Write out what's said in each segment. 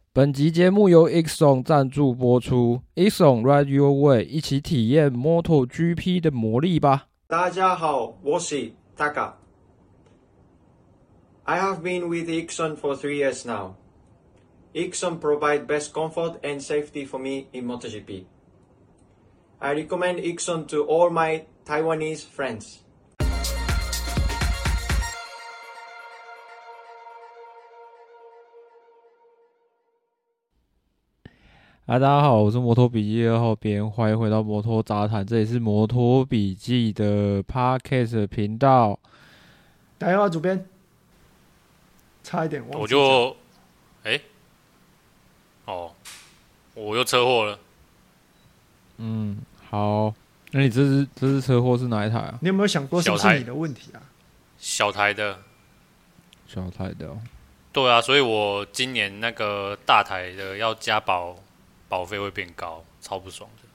本集节目由 Exxon 赞助播出 ，Exxon Ride Your Way， 一起体验 MotoGP 的魔力吧。 大家好，我是 Taka. I have been with Exxon for 3 years now. Exxon provide best comfort and safety for me in MotoGP. I recommend Exxon to all my Taiwanese friends. 大家好，我是摩托笔记2号编，欢迎回到摩托杂谈，这里是摩托笔记的 Podcast 频道。 大家好，主编，差一点忘记。 我就，我又车祸了。 好，那你这次车祸是哪一台啊？ 你有没有想过是不是你的问题啊？ 小台的。 小台的哦。 对啊，所以我今年那个大台的要加保费会变高，超不爽的。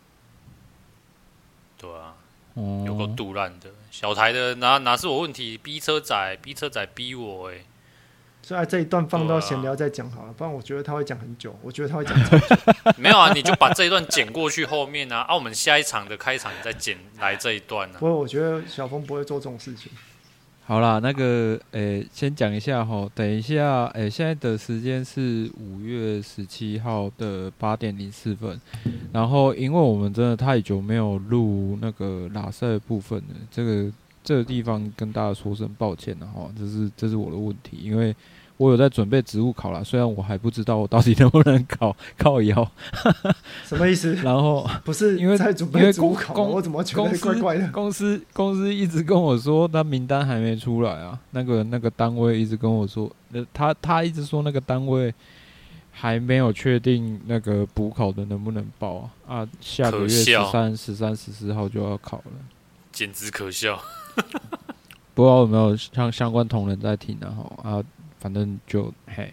对啊，有够杜烂的。小台的哪是我问题？逼车仔逼我所以这一段放到闲聊再讲好了，不然我觉得他会讲很久。我觉得他会讲超久。 没有啊，你就把这一段剪过去后面啊，我们下一场的开场再剪来这一段啊。 不过我觉得小峰不会做这种事情。 好啦，那个先讲一下齁，等一下现在的时间是5月17号的8点04分，然后因为我们真的太久没有录那个拉赛的部分了，这个地方跟大家说声抱歉了齁，这是我的问题，因为我有在准备职务考啦，虽然我还不知道我到底能不能靠腰。 什么意思？ 然后不是因为在准备职务考，我怎么觉得怪怪的？ 公司一直跟我说，他名单还没出来啊。那个单位一直跟我说，他一直说那个单位还没有确定那个补考的能不能报啊。下个月13、14号就要考了， 简直可笑。 不知道有没有相关同仁在听啊？反正就嘿，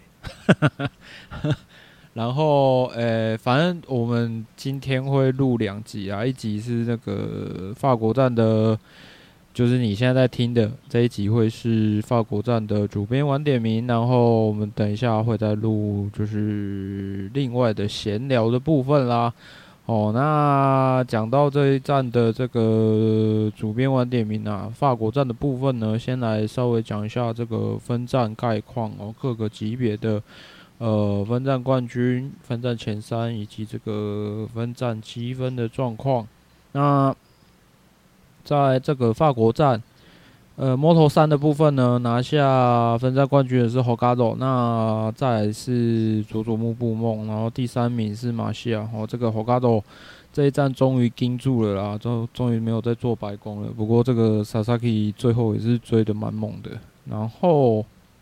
然后反正我们今天会录2集啊，一集是那个法国站的，就是你现在在听的这一集会是法国站的主编晚点名，然后我们等一下会再录就是另外的闲聊的部分啦。那讲到这一站的这个主编晚点名啊，法国站的部分呢，先来稍微讲一下这个分站概况各个级别的分站冠军、分站前3以及这个分站积分的状况。那在这个法国站Moto 3的部分呢，拿下分站冠军的是 Holgado， 那再来是佐佐木步梦，然后第3名是马西亚。这个 Holgado 这一站终于盯住了啦，终于没有再做白工了。不过这个 Sasaki 最后也是追得蛮猛的。然后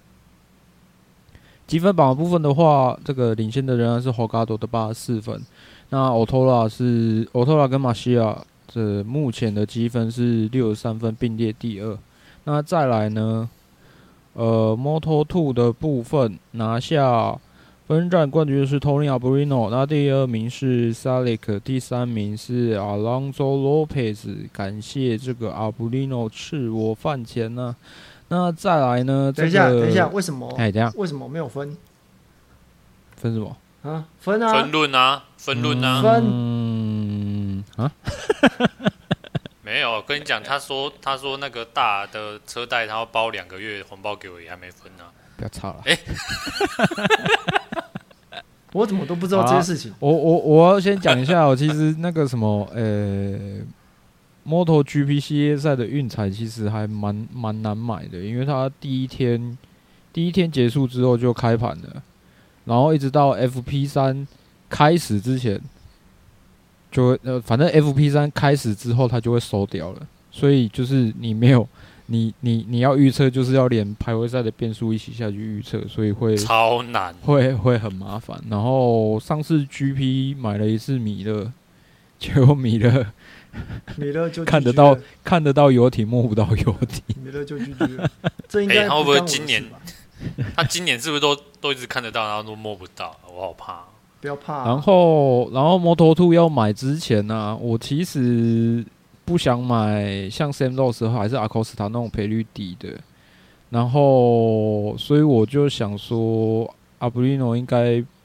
积分榜的部分的话，这个领先的仍然是 Holgado 的84分。那 Otola 跟马西亚这目前的积分是63分，并列第2。那再来呢Moto2 的部分拿下分站冠军是 Tony Arbolino， 那第2名是 Salik， 第3名是 Alonso Lopez， 感谢这个 Arbolino 吃我饭钱呢。那再来呢？等一下， 为什么？为什么没有分？ 分什么？ 啊，分啊！ 分论啊！没有，跟你讲，他说那个大的车贷他要包2个月红包给我，也还没分呢。 不要吵了。 我怎么都不知道这些事情。 我要先讲一下其实那个什么MotoGP 系列赛的运彩其实还蛮难买的，因为它第一天结束之后就开盘了，然后一直到 FP3 开始之前。就会反正 FP3 开始之后，它就会收掉了，所以就是你没有你要预测，就是要连排位赛的变数一起下去预测，所以会超难， 会很麻烦。然后上次 GP 买了一次米勒，结果米勒就看得到游艇，摸不到游艇， 米勒就 GG 了。这应该他会不会今年？他今年是不是都一直看得到，然后都摸不到？我好怕。 不要怕然后 Moto2 要买之前呢，我其实不想买像 Sam Lowe 还是 Acosta 那种赔率低的，然后所以我就想说Arbolino 应该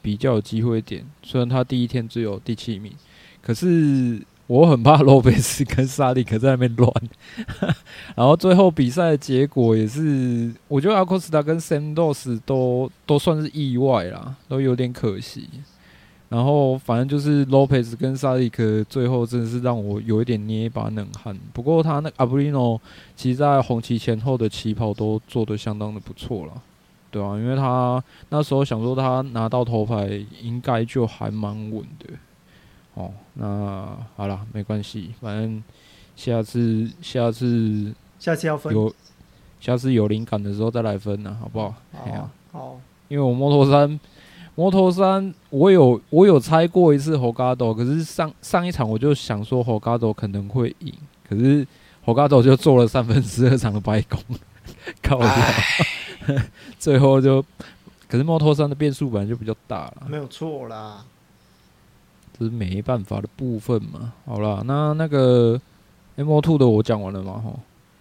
比较有机会一点。虽然他第一天只有第7名，可是我很怕洛佩斯跟萨利克在那边乱。然后最后比赛的结果也是，我觉得阿科斯塔跟 Santos 都算是意外啦，都有点可惜。然后反正就是 Lopez 跟萨利克最后真的是让我有一点捏一把冷汗。不过他那个 Abrino 其实在红旗前后的起跑都做得相当的不错啦，对啊，因为他那时候想说他拿到头牌应该就还蛮稳的。哦，那好啦，没关系，反正下次要分， 下次有灵感的时候再来分啊，好不好？ 好， 因为我摩托山我有猜过一次 Hogado， 可是上一场我就想说 Hogado 可能会赢，可是 Hogado 就做了2/3场的白工，靠掉，最后就，可是摩托山的变数本来就比较大啦， 没有错啦， 这是没办法的部分嘛。好啦，那个 M2 的我讲完了嘛，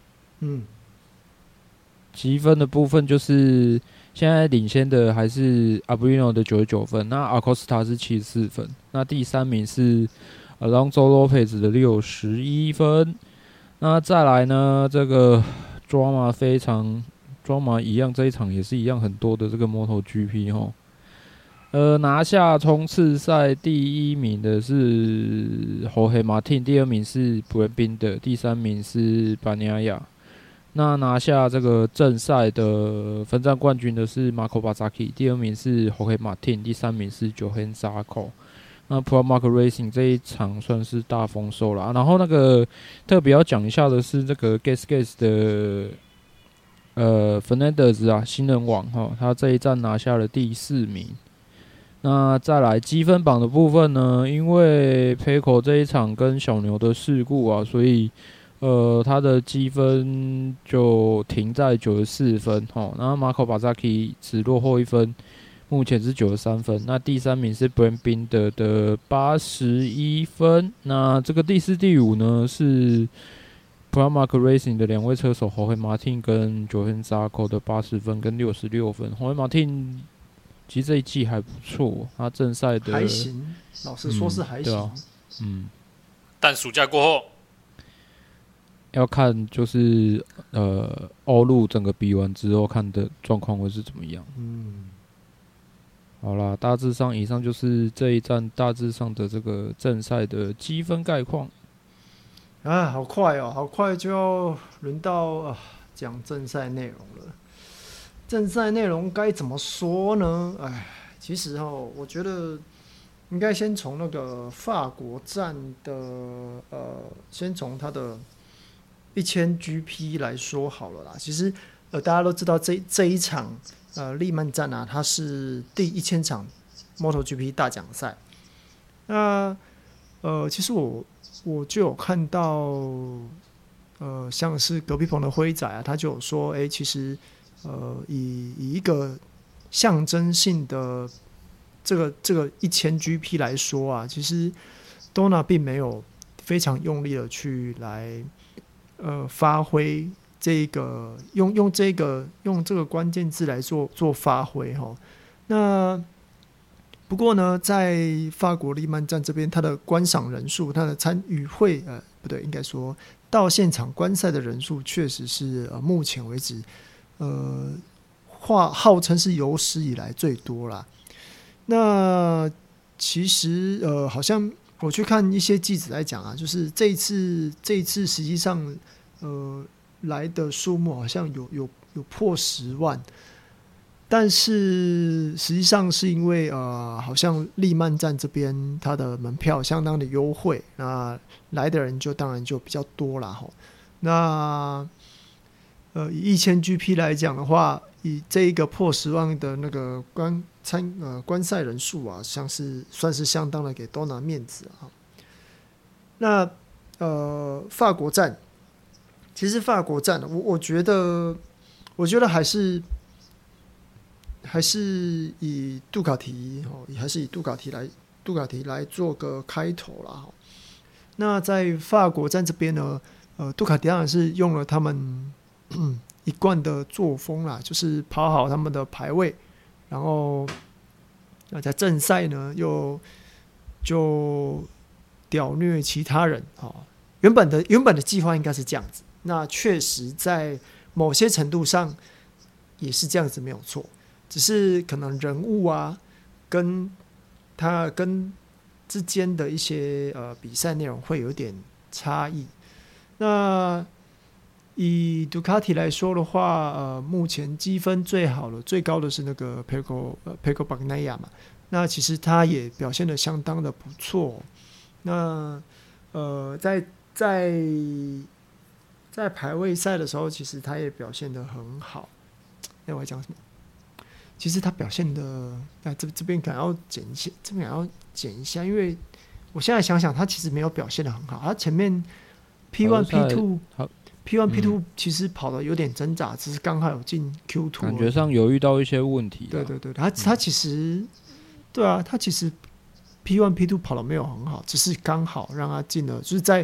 积分的部分就是现在领先的还是 Abrino 的99分，那 Acosta 是74分，那第3名是 Alonso Lopez 的61分。那再来呢，这个 drama 一样，这一场也是一样很多的这个 MotoGP 齁。拿下冲刺赛第1名的是 Jorge Martin， 第2名是 Brad Binder， 第3名是 Bagnaia。那拿下这个正赛的分站冠军的是 Marco Bezzecchi， 第2名是 Jorge Martin， 第3名是 Johann Zarco。那 Pramac Racing 这一场算是大丰收啦。然后那个特别要讲一下的是这个 Gas 的Fernandez 啊，新人王哈，他这一站拿下了第4名。那再来积分榜的部分呢，因为 Pecco 这一场跟小牛的事故啊，所以他的积分就停在94分齁。那 Marco Bezzecchi 只落后1分，目前是93分。那第3名是 Brad Binder 的81分。那这个第4、第5呢是 Pramac Racing 的2位车手 Jorge Martin 跟 Johann Zarco 的80分跟66分。Jorge Martin 其实这一季还不错，他正赛的还行，老实说是还行。 对啊， 但暑假过后要看就是欧陆整个比完之后看的状况会是怎么样。好啦，大致上以上就是这一站大致上的这个正赛的积分概况。 啊，好快哦，好快就要轮到讲正赛内容了。正赛内容该怎么说呢？其实我觉得应该先从那个法国站的先从它的1000GP 来说好了啦。其实大家都知道这一场利曼站啊，它是第1000场 MotoGP 大奖赛。那其实我就有看到像是隔壁棚的辉仔啊，他就有说，其实以一个象征性的这个1000GP 来说啊，其实 Dorna 并没有非常用力的去来发挥这个用这个关键字来做发挥齁。那不过呢，在法国利曼站这边，它的观赏人数，它的参与会不对，应该说到现场观赛的人数，确实是目前为止号称是有史以来最多啦。那其实好像我去看一些记者在讲啊，就是这一次实际上来的数目好像有破10万。但是实际上是因为好像利曼站这边它的门票相当的优惠，那来的人就当然就比较多啦吼。那以1000GP 来讲的话，以这一个破10万的那个观赛人数啊，算是相当的给Dorna面子啊。那法国站，其实法国站我觉得还是以杜卡提来做个开头啦。那在法国站这边呢，杜卡迪当然是用了他们一贯的作风啦，就是跑好他们的排位，然后那在正赛呢就屌虐其他人原本的计划应该是这样子，那确实在某些程度上也是这样子没有错，只是可能人物啊跟之间的一些比赛内容会有点差异。那以杜卡迪来说的话，目前积分最好的、最高的是那个Pecco Bagnaia 嘛，那其实他也表现得相当的不错。那在排位赛的时候，其实他也表现得很好。我要讲什么？其实他表现的，这边可能要剪一下，因为我现在想想，他其实没有表现得很好。他前面 P1、P2 其实跑的有点挣扎，只是刚好有进 Q2， 感觉上有遇到一些问题。 对，他其实对啊，他其实 P1、P2 跑的没有很好，只是刚好让他进了，就是在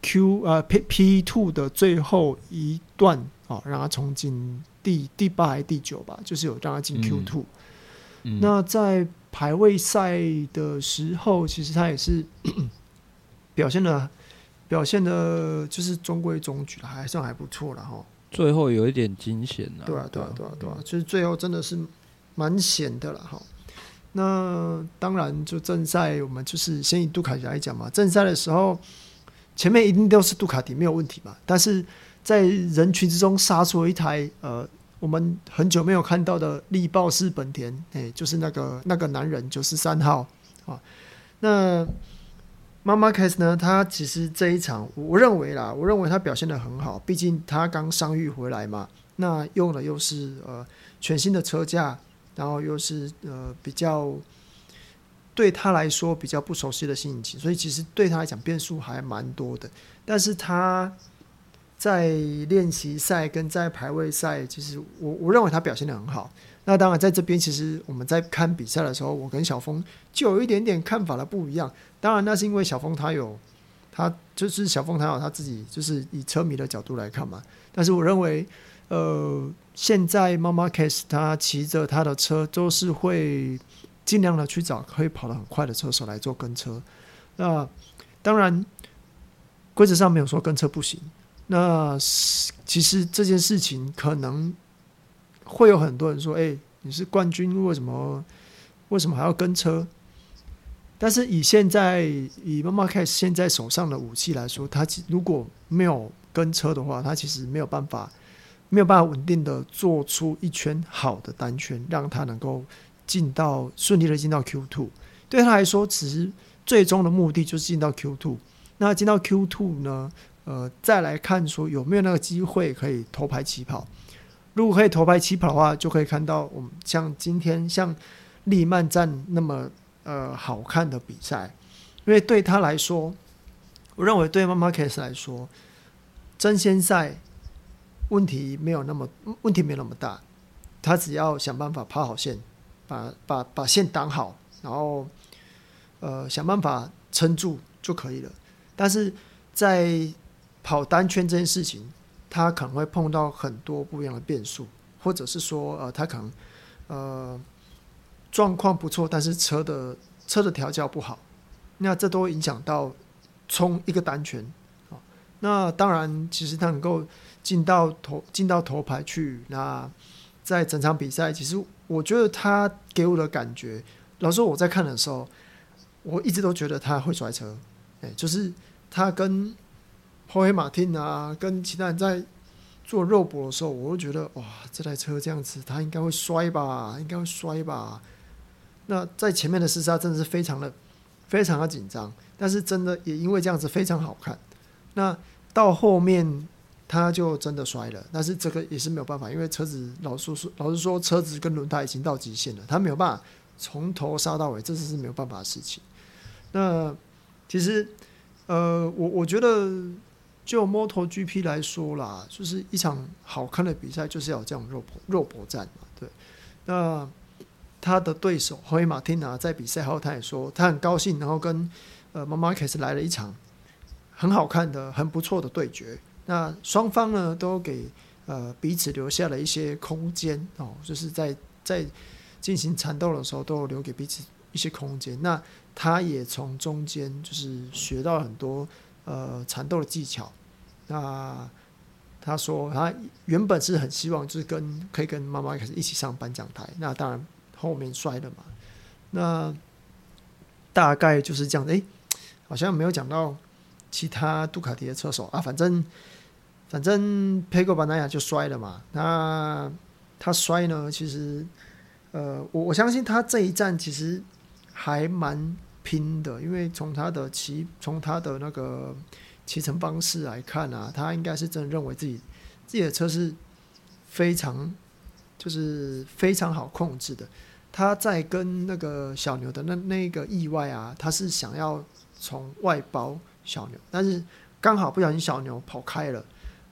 P2 的最后一段让他冲进第8还是第9吧，就是有让他进 Q2。那在排位赛的时候，其实他也是表现的就是中规中矩，还算还不错了哈。 最后有一点惊险啊。 对啊，就是最后真的是蛮险的了哈。那当然，就正赛我们就是先以杜卡迪来讲嘛，正赛的时候前面一定都是杜卡迪没有问题嘛，但是在人群之中杀出了一台我们很久没有看到的力豹式本田，就是那个男人93号啊。那Marquez呢，他其实这一场我认为他表现得很好，毕竟他刚伤愈回来嘛，那用的又是全新的车架，然后又是比较对他来说比较不熟悉的新引擎，所以其实对他来讲变数还蛮多的。但是他在练习赛跟在排位赛，其实我认为他表现得很好。那当然在这边其实我们在看比赛的时候，我跟小峰就有一点点看法的不一样。当然那是因为小峰他有他自己就是以车迷的角度来看嘛。但是我认为现在Marquez他骑着他的车都是会尽量的去找可以跑得很快的车手来做跟车。那当然规则上没有说跟车不行，那其实这件事情可能会有很多人说你是冠军，为什么还要跟车？但是以Marquez现在手上的武器来说，他如果没有跟车的话，他其实没有办法稳定的做出一圈好的单圈，让他能够顺利的进到 Q2。对他来说，其实最终的目的就是进到 Q2。那进到 Q2 呢，再来看说有没有那个机会可以头排起跑。如果可以头排起跑的话，就可以看到我们像今天像利曼站那么好看的比赛。因为对他来说，我认为对 Marquez 来说，争先赛问题没有那么大，他只要想办法跑好线，把线挡好，然后想办法撑住就可以了。但是在跑单圈这件事情，他可能会碰到很多不一样的变数，或者是说他可能状况不错，但是车的调教不好，那这都会影响到冲一个单圈。那当然其实他能够进到头排去，那在整场比赛其实我觉得他给我的感觉，老实说我在看的时候我一直都觉得他会摔车，就是他跟Jorge Martin啊跟其他人在做肉搏的时候，我都觉得哇，这台车这样子他应该会摔吧。那在前面的厮杀真的是非常的紧张，但是真的也因为这样子非常好看。那到后面他就真的摔了，但是这个也是没有办法，因为车子老实说车子跟轮胎已经到极限了，他没有办法从头杀到尾，这是没有办法的事情。那其实我觉得就 MotoGP 来说啦，就是一场好看的比赛就是要有这种肉搏战嘛，对。那他的对手Jorge Martin在比赛后他也说他很高兴，然后跟Marquez 来了一场很好看的很不错的对决。那双方呢都给彼此留下了一些空间就是在进行缠斗的时候都有留给彼此一些空间。那他也从中间就是学到很多缠斗的技巧。那他说他原本是很希望就是可以跟妈妈一起上颁奖台，那当然后面摔了嘛。那大概就是这样子。好像没有讲到其他杜卡迪的车手啊，反正Pecco Bagnaia就摔了嘛。那他摔呢，其实我相信他这一站其实还蛮拼的，因为从他的那个骑乘方式来看啊，他应该是真的认为自己的车是非常好控制的。他在跟那个小牛的那个意外啊，他是想要从外包小牛，但是刚好不小心小牛跑开了，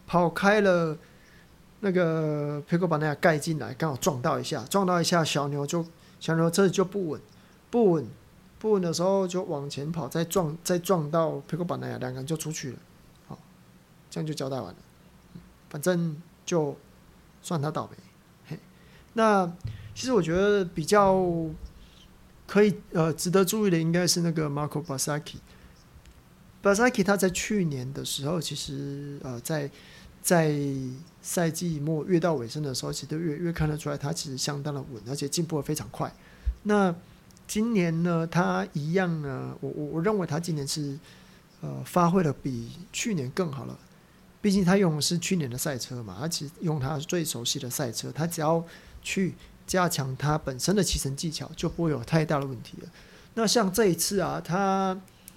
那个 Pecco Bagnaia 盖进来，刚好撞到一下，小牛车子就不稳的时候就往前跑，再撞到 Pecco Bagnaia， 两个人就出去了。好，这样就交代完了。反正就算他倒霉。那其实我觉得比较可以值得注意的应该是那个 Marco Bezzecchi。他在去年的时候，其实在赛季末越到尾声的时候，其实越看得出来他其实相当的稳，而且进步的非常快。那今年呢，他一样呢，我认为他今年是发挥的比去年更好了。毕竟他用的是去年的赛车嘛，他其实用他最熟悉的赛车，他只要去加强他本身的骑乘技巧，就不会有太大的问题了。那像这一次啊，他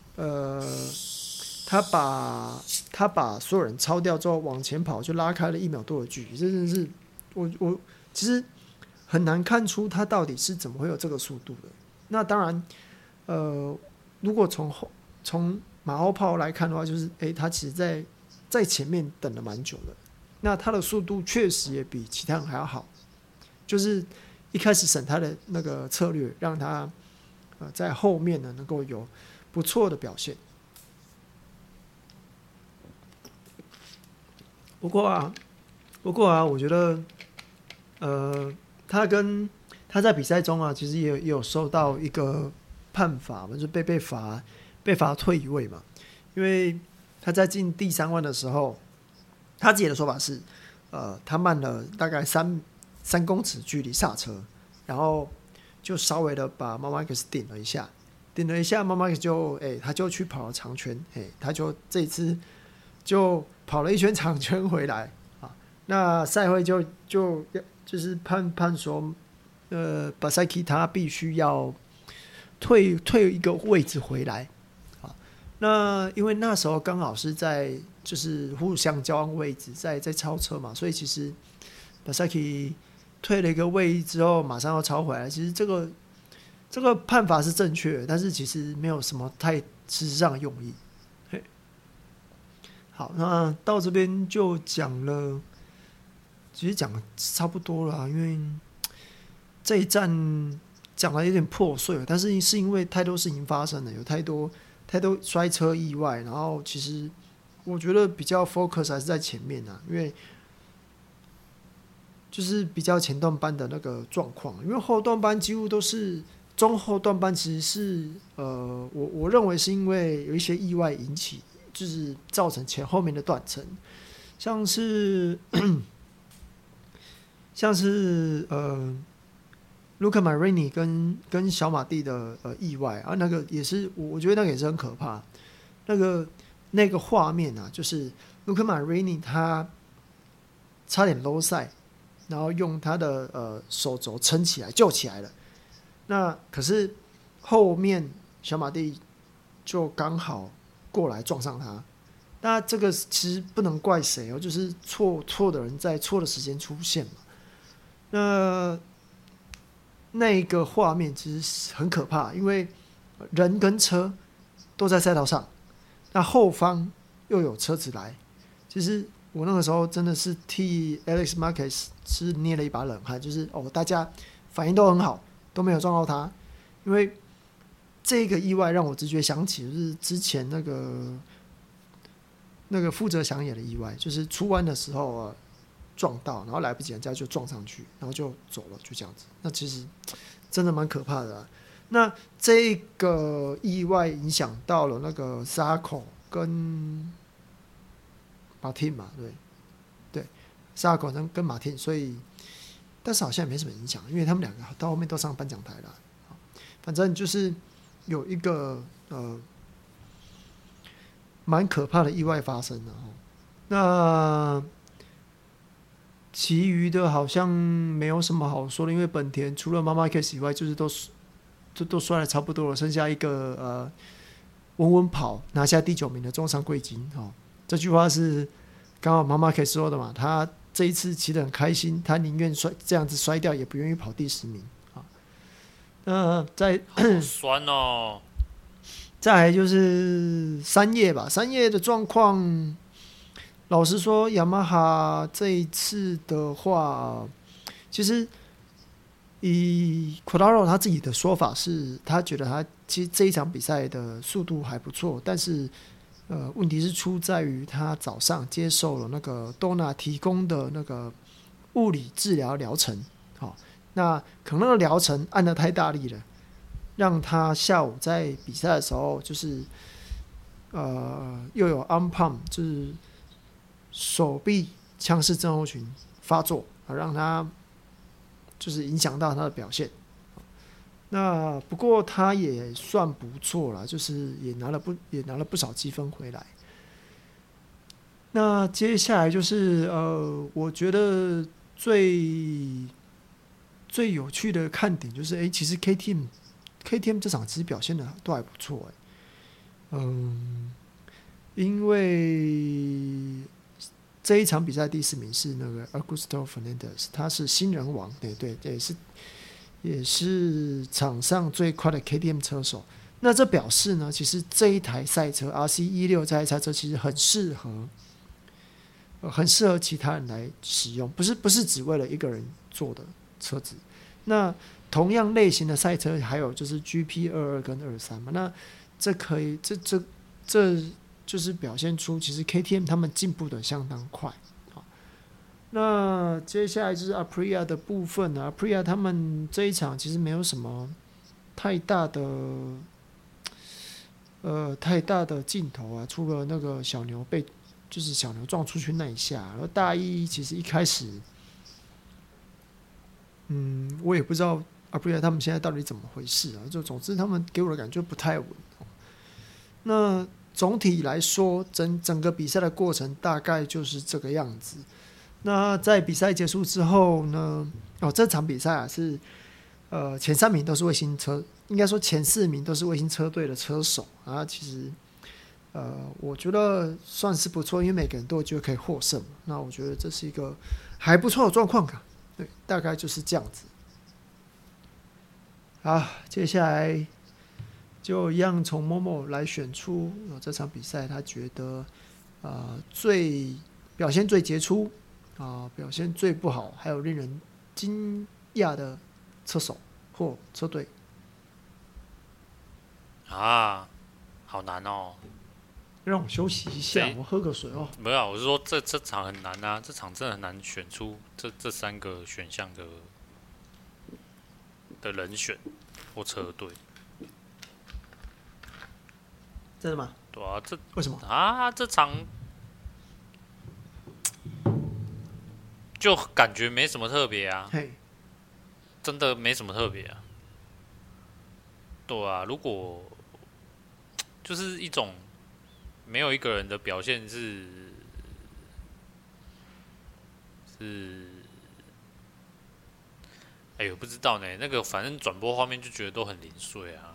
把所有人超掉之后往前跑，就拉开了1秒多的距离，这真的是我其实很难看出他到底是怎么会有这个速度的。那当然，如果从马后炮来看的话，就是他其实在前面等了蛮久的，那他的速度确实也比其他人还要好，就是一开始省他的那个策略，让他在后面呢能够有不错的表现。不过啊，我觉得他在比赛中啊，其实也有受到一个判罚嘛，就被罚退一位嘛，因为他在进第3弯的时候，他自己的说法是，他慢了大概3公尺距离刹车，然后就稍微的把 Marc Marquez 顶了一下，Marc Marquez 他就去跑了长圈，他就这一次就跑了一圈长圈回来啊。那赛会就是判说，Bezzecchi 他必须要退一个位置回来。那因为那时候刚好是在就是互相交换位置，在超车嘛，所以其实 Bezzecchi 退了一个位之后，马上要超回来。其实这个判罚是正确的，但是其实没有什么太事实上的用意。好，那到这边就讲了，其实讲的差不多了，因为这一站讲的有点破碎了，但是是因为太多事情发生了，有太多摔车意外，然后其实我觉得比较 focus 还是在前面啊，因为就是比较前段班的那个状况，因为后段班几乎都是中后段班，其实是我认为是因为有一些意外引起，就是造成前后面的断层，像是Luca Marini 跟小马蒂的意外啊，那个也是我觉得那个也是很可怕。那个画面啊，就是 Luca Marini 他差点 low 赛，然后用他的手肘撑起来救起来了。那可是后面小马蒂就刚好过来撞上他。那这个其实不能怪谁哦，就是错的人在错的时间出现嘛。那个画面其实很可怕，因为人跟车都在赛道上，那后方又有车子来。其实我那个时候真的是替 Alex Marquez 是捏了一把冷汗，就是大家反应都很好，都没有撞到他。因为这个意外让我直觉想起就是之前那个富泽祥也的意外，就是出弯的时候撞到，然后来不及，人家就撞上去，然后就走了，就这样子。那其实真的蛮可怕的啊。 那这个意外影响到了那个 Zarco 跟马汀嘛，对，Zarco 跟马汀，所以但是好像也没什么影响，因为他们两个到后面都上颁奖台了。反正就是有一个蛮可怕的意外发生了。那其余的好像没有什么好说的，因为本田除了妈妈 case 以外，就是都摔得差不多了，剩下一个稳稳跑拿下第9名的中上贵金。这句话是刚好妈妈 case 说的嘛，他这一次骑得很开心，他宁愿这样子摔掉，也不愿意跑第10名。在好酸哦。 再来就是三叶吧，三叶的状况，老实说，雅马哈这一次的话，其实以 Quartararo 他自己的说法是，他觉得他其实这一场比赛的速度还不错，但是问题是出在于他早上接受了那个 Dorna 提供的那个物理治疗疗程，那可能那个疗程按得太大力了，让他下午在比赛的时候就是又有 arm pump， 就是手臂腔室症候群发作，让他就是影响到他的表现。那不过他也算不错啦，就是也拿了不少积分回来。那接下来就是我觉得最有趣的看点就是，其实 KTM 这场其实表现的都还不错，因为这一场比赛第4名是那个 Augusto Fernandez， 他是新人王，对，也是场上最快的 KTM 车手。那这表示呢，其实这一台赛车 RC16 这台赛车其实很适合其他人来使用，不是只为了一个人做的车子。那同样类型的赛车还有就是 GP22 跟23嘛，那这可以这就是表现出其实 KTM 他们进步的相当快。那接下来就是 Aprilia 的部分呢，Aprilia 他们这一场其实没有什么太大的镜头啊，除了那个小牛就是小牛撞出去那一下，然后大一其实一开始，我也不知道 Aprilia 他们现在到底怎么回事啊，就总之他们给我的感觉不太稳。那总体来说，整个比赛的过程大概就是这个样子。那在比赛结束之后呢？这场比赛啊是前3名都是卫星车，应该说前4名都是卫星车队的车手啊。其实我觉得算是不错，因为每个人都有机会可以获胜。那我觉得这是一个还不错的状况，对，大概就是这样子。好，接下来就一样从 Momo 来选出这场比赛他觉得表现最杰出表现最不好，还有令人惊讶的车手或车队啊，好难哦！ 让我休息一下，我喝个水哦。 没有，我是说这场很难啊，这场真的很难选出这3个选项的人选或车队。 真的吗？ 对啊， 为什么啊？这场就感觉没什么特别啊，真的没什么特别啊。对啊，如果就是一种没有一个人的表现是，哎呦不知道呢，那个反正转播画面就觉得都很零碎啊。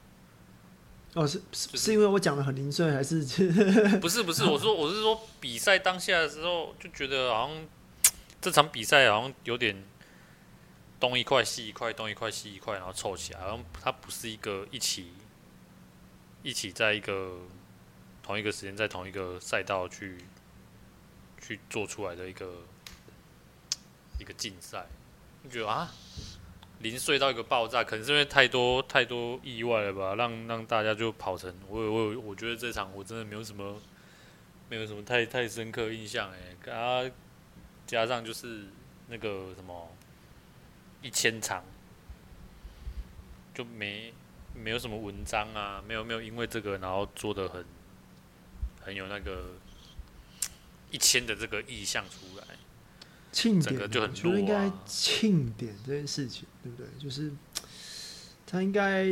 是因为我讲的很零碎，还是不是？我是说比赛当下的时候就觉得好像这场比赛好像有点东一块西一块，东一块西一块，然后凑起来，好像它不是一个一起在一个同一个时间在同一个赛道去做出来的一个竞赛，就觉得啊。零碎到一个爆炸，可能是因为太多意外了吧，让大家就跑成我觉得这场我真的没有什么太深刻印象哎，加上就是那个什么1000场就没没有什么文章啊，没有因为这个然后做的很有那个1000的这个意象出来， 庆典， 整个就很我觉得应弱啊该庆典这件事情，对不对？就是他应该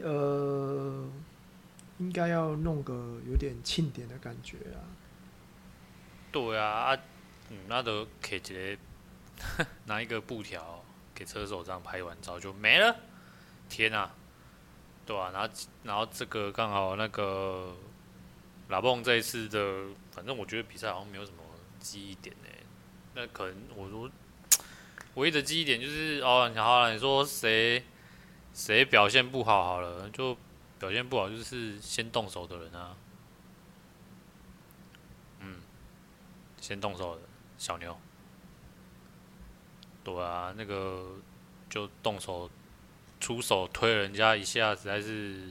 应该要弄个有点庆典的感觉啊。 对啊，那都给一个拿一个布条给车手这样拍完照就没了，天啊！对啊，然后这个刚好那个拉蹦这一次的，反正我觉得比赛好像没有什么记忆点呢。那可能我唯一的记忆点就是好了，你说谁表现不好好了，就表现不好就是先动手的人啊，先动手的小牛，对啊，那个就动手出手推人家一下，实在是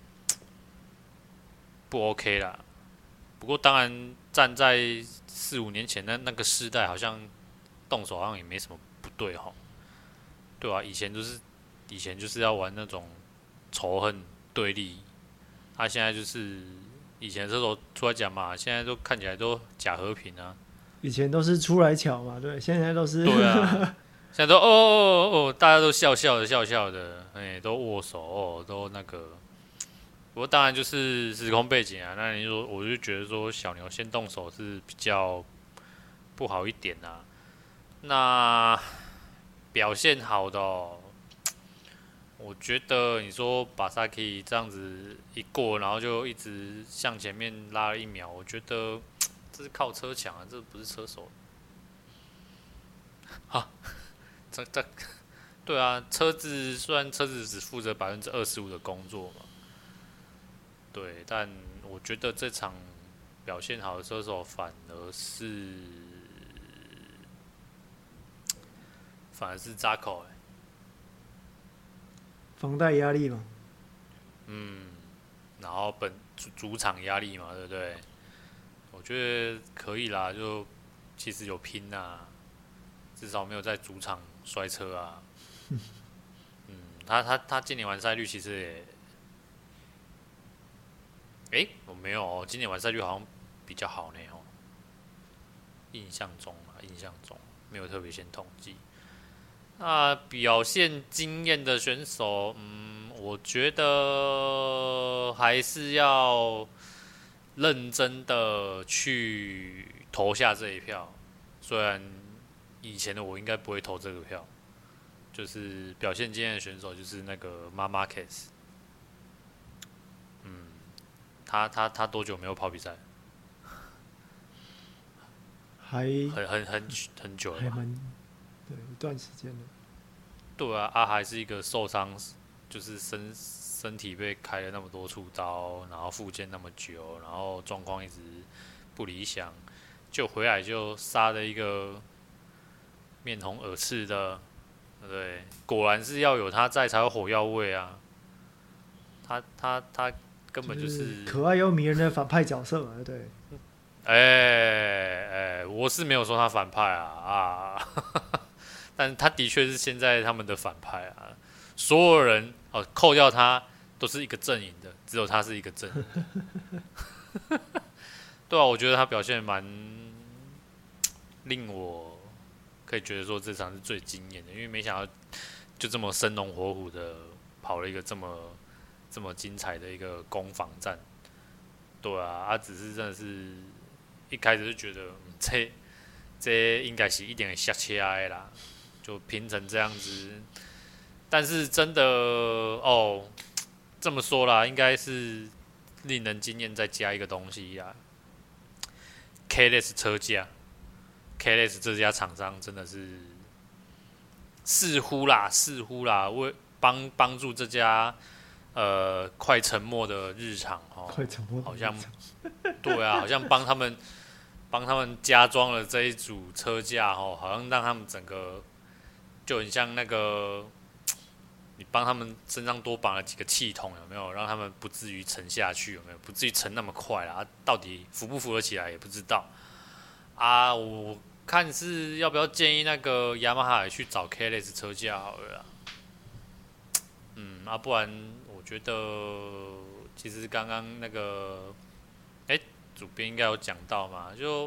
不 OK 啦。不过当然，站在4、5年前那个世代，好像动手好像也没什么不对哈，对啊，以前就是要玩那种仇恨对立，现在就是以前车手出来讲嘛，现在都看起来都假和平啊。 以前都是出来巧嘛，对，现在都是对啊，现在都大家都笑笑的，都握手都那个。不过当然就是时空背景啊，那你说我就觉得说小牛先动手是比较不好一点啊。那表现好的我觉得你说巴萨可以这样子一过，然后就一直向前面拉了1秒，我觉得这是靠车强啊，这不是车手。啊，这对啊，虽然车子只负责25%的工作嘛，对，但我觉得这场表现好的车手反而是扎口房贷压力嘛。 然后主场压力嘛，对不对？我觉得可以啦，就其实有拼啊，至少没有在主场摔车啊。他今年完赛率其实也，我没有今年完赛率好像比较好呢印象中没有特别先统计。那表现惊艳的选手，我觉得还是要认真的去投下这一票。虽然以前的我应该不会投这个票，就是表现惊艳的选手就是那个马马克斯。他多久没有跑比赛？很久了吧， 还蛮对一段时间了。 对啊，还是一个受伤，就是身体被开了那么多处刀，然后复健那么久，然后状况一直不理想，就回来就杀了一个面红耳赤的，对不对？果然是要有他在才有火药味啊！他根本就是可爱又迷人的反派角色嘛，对。 我是没有说他反派啊，但他的确是现在他们的反派啊。所有人扣掉他都是一个阵营的，只有他是一个阵营的。对啊，我觉得他表现蛮令我可以觉得说这场是最惊艳的，因为没想到就这么生龙活虎的跑了一个这么精彩的一个攻防战。对啊，他只是真的是一开始就觉得这应该是一定会刹车的啦，就拼成这样子。但是真的这么说啦，应该是令人惊艳，再加一个东西啦。KLS 车架 ，KLS 这家厂商真的是似乎啦，为帮助这家快沉没的日常快沉没， 好像对啊，好像帮他们加装了这一组车架好像让他们整个就很像那个你帮他们身上多绑了几个气筒，有没有让他们不至于沉下去？有没有不至于沉那么快啦？到底扶不扶得起来也不知道啊。我看是要不要建议那个雅马哈也去找 KLS 车架好了啦。不然我觉得其实刚刚那个，主编应该有讲到嘛，就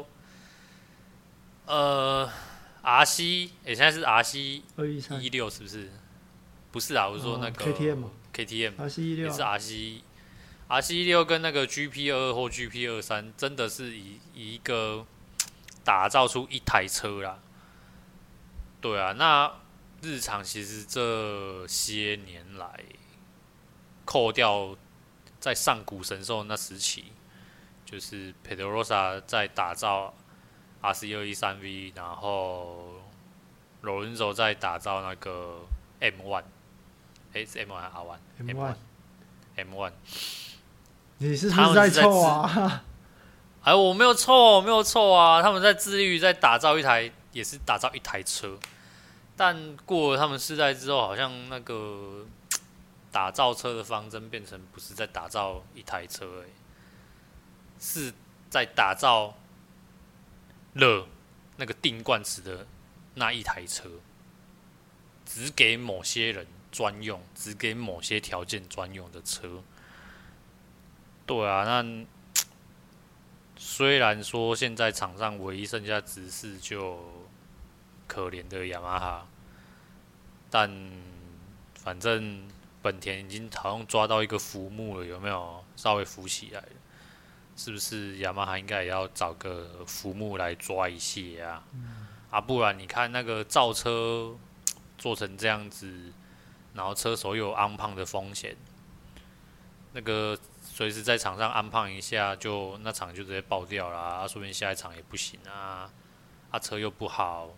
RC，现在是 RC16是不是？不是啊，我是说那个 KTM也是 RC16跟那个 GP22或 GP23，真的是以一个打造出一台车啦。对啊，那日产其实这些年来，扣掉在上古神兽那时期，就是 Pedrosa 在打造 RC213V， 然后 Lorenzo 在打造那个 M1， 是 M1 还是 R1？M1。 你是不是在凑啊？ 我没有凑啊！他们在致力于在打造一台，也是打造一台车。但过了他们世代之后，好像那个打造车的方针变成不是在打造一台车，是在打造了那个定冠词的那一台车，只给某些人专用，只给某些条件专用的车。对啊，那虽然说现在场上唯一剩下直视就可怜的雅马哈，但反正本田已经好像抓到一个浮木了，有没有稍微浮起来了？是不是雅马哈应该也要找个浮木来抓一下啊？不然你看那个造车做成这样子，然后车手又有安胖的风险，那个随时在场上安胖一下，就那场就直接爆掉啦，说不定下一场也不行啊，车又不好，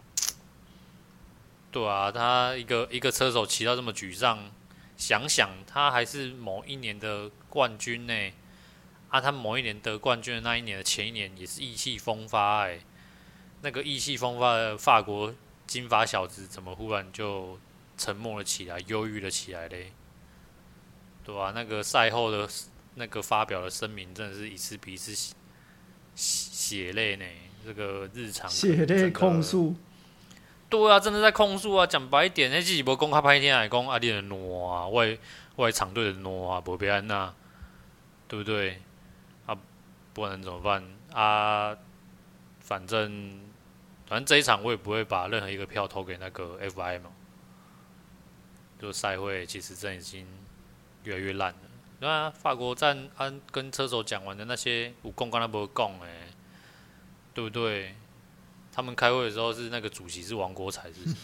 对啊，他一个车手骑到这么沮丧，想想他还是某一年的冠军呢，他某一年得冠军的那一年的前一年也是意气风发那个意气风发的法国金发小子怎么忽然就沉默了起来，忧郁了起来嘞？对啊，那个赛后的那个发表的声明，真的是一次比一次血泪呢。这个日常血泪控诉， 对啊，真的在控诉啊。讲白一点，那自己无讲较歹听来讲，你的挪啊，我场队的挪啊，无别安那，对不对？不然怎么办啊？反正这一场我也不会把任何一个票投给那个 FIM， 就赛会其实真的已经越来越烂了。对啊，法国站跟车手讲完的那些有讲跟他没讲对不对？他们开会的时候是那个主席是王国才是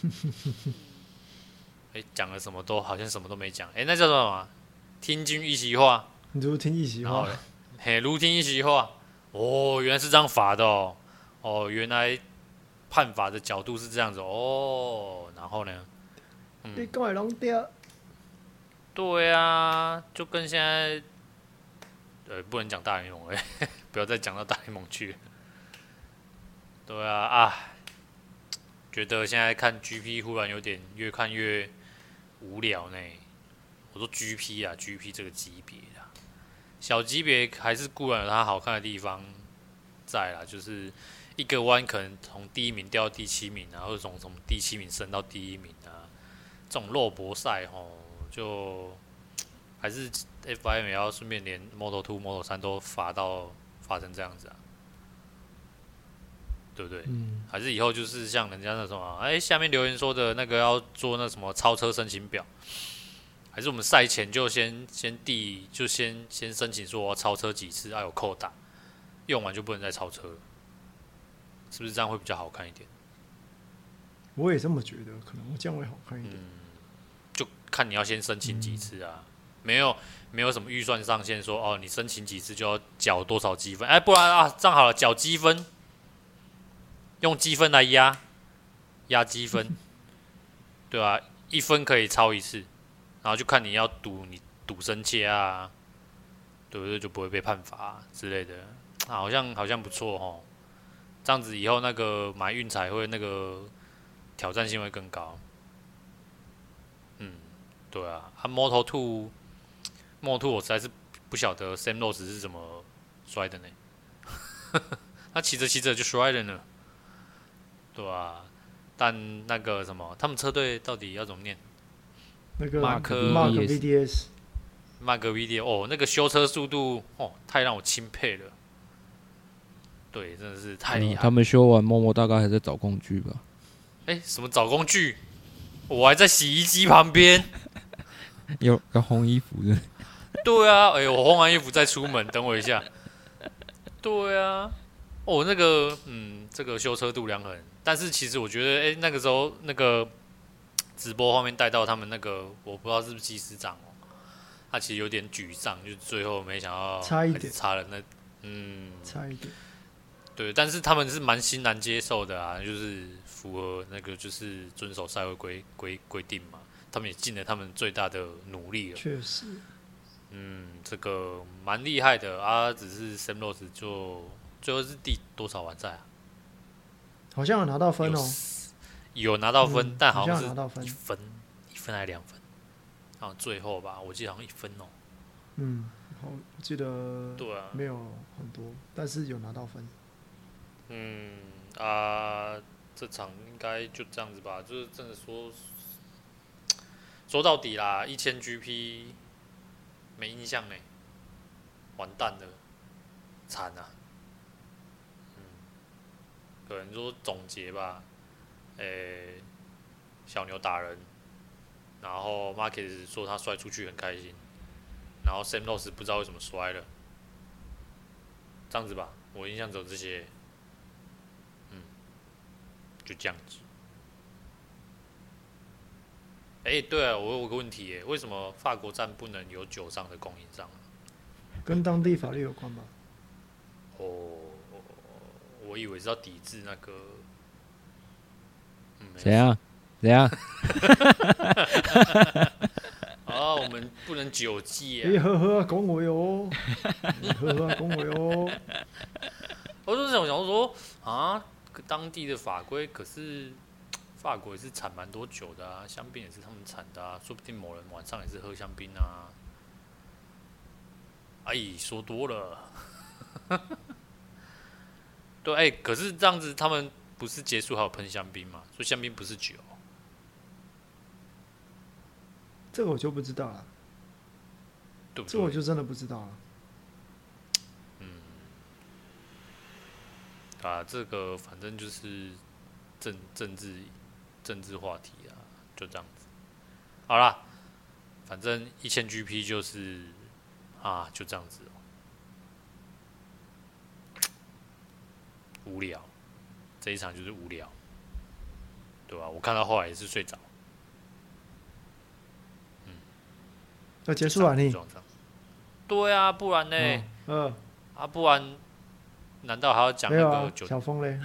讲了什么都好像什么都没讲。那叫什么？听君一席话。 你如听一席话。 如听一席话。原来是这样罚的原来判罚的角度是这样子然后呢？ 你讲的拢对。 对啊，就跟现在，不能讲大联盟不要再讲到大联盟去了。对啊，觉得现在看 GP 忽然有点越看越无聊呢。我说 GP 这个级别啦，小级别还是固然有它好看的地方在啦，就是一个弯可能从第一名掉到第七名啊，或者从第七名升到第一名啊，这种肉搏赛就还是 FIM 也要顺便连 Moto2、Moto3 都发成这样子啊，对不对？还是以后就是像人家那什么，下面留言说的那个要做那什么超车申请表，还是我们赛前就先申请说我要超车几次，有扣打，用完就不能再超车了，是不是这样会比较好看一点？ 我也这么觉得，可能这样会好看一点。 就看你要先申请几次啊，没有什么预算上限说你申请几次就要缴多少积分，不然这样好了，缴积分，用积分来压积分，对吧？1分可以超一次，然后就看你要赌深切啊，对不对？就不会被判罚之类的，好像不错这样子以后那个买运彩会那个挑战性会更高。对啊，Moto2 我实在是不晓得 Sam Rose 是怎么摔的呢？他骑着就摔了呢，对啊，但那个什么，他们车队到底要怎么念？ 那个 Mark VDS 曼格 V 六哦，那个修车速度哦，太让我钦佩了。对，真的是太厉害。 他们修完，默默大概还在找工具吧？ 什么找工具？我还在洗衣机旁边。 要烘衣服的。 对啊，我烘完衣服再出门，等我一下。对啊，哦，那个，这个修车度量衡，但是其实我觉得，那个时候那个直播画面带到他们那个，我不知道是不是技师长哦，他其实有点沮丧，就最后没想到差一点， 差了那， 差一点。 对，但是他们是蛮欣然接受的啊，就是符合那个就是遵守赛会规定嘛，他们也尽了他们最大的努力了。 确实。 这个蛮厉害的啊，只是 Sam Rose 就最后是第多少完赛啊？ 好像有拿到分哦， 有拿到分，但好像是拿到分一分还是2分？好像最后吧，我记得好像1分哦。 好，我记得对啊， 没有很多，但是有拿到分。 这场应该就这样子吧，就是真的说到底啦，1000 GP 没印象呢，完蛋了，惨啊！可能说总结吧，小牛打人，然后 Marquez 说他摔出去很开心，然后 Sam Rose 不知道为什么摔了，这样子吧，我印象只有这些，就这样子。对啊，我有个问题耶，为什么法国站不能有酒商的供应商？ 跟当地法律有关吧？ 我以为是要抵制那个。 怎样？ 我们不能酒戒你呵啊，讲话哦，呵啊，讲话哦。 我就是想说啊，当地的法规，可是法国也是产蛮多酒的啊，香槟也是他们产的啊，说不定某人晚上也是喝香槟啊。说多了。对，可是这样子他们不是结束还有喷香槟吗？所以香槟不是酒。 这个我就不知道了， 对不对？ 这我就真的不知道了。 这个反正就是政治话题啊，就这样子。好啦，反正1000 GP 就是就这样子无聊，这一场就是无聊，对吧？我看到后来也是睡着。 要结束了你？ 对啊，不然呢？不然难道还要讲那个小峰嘞？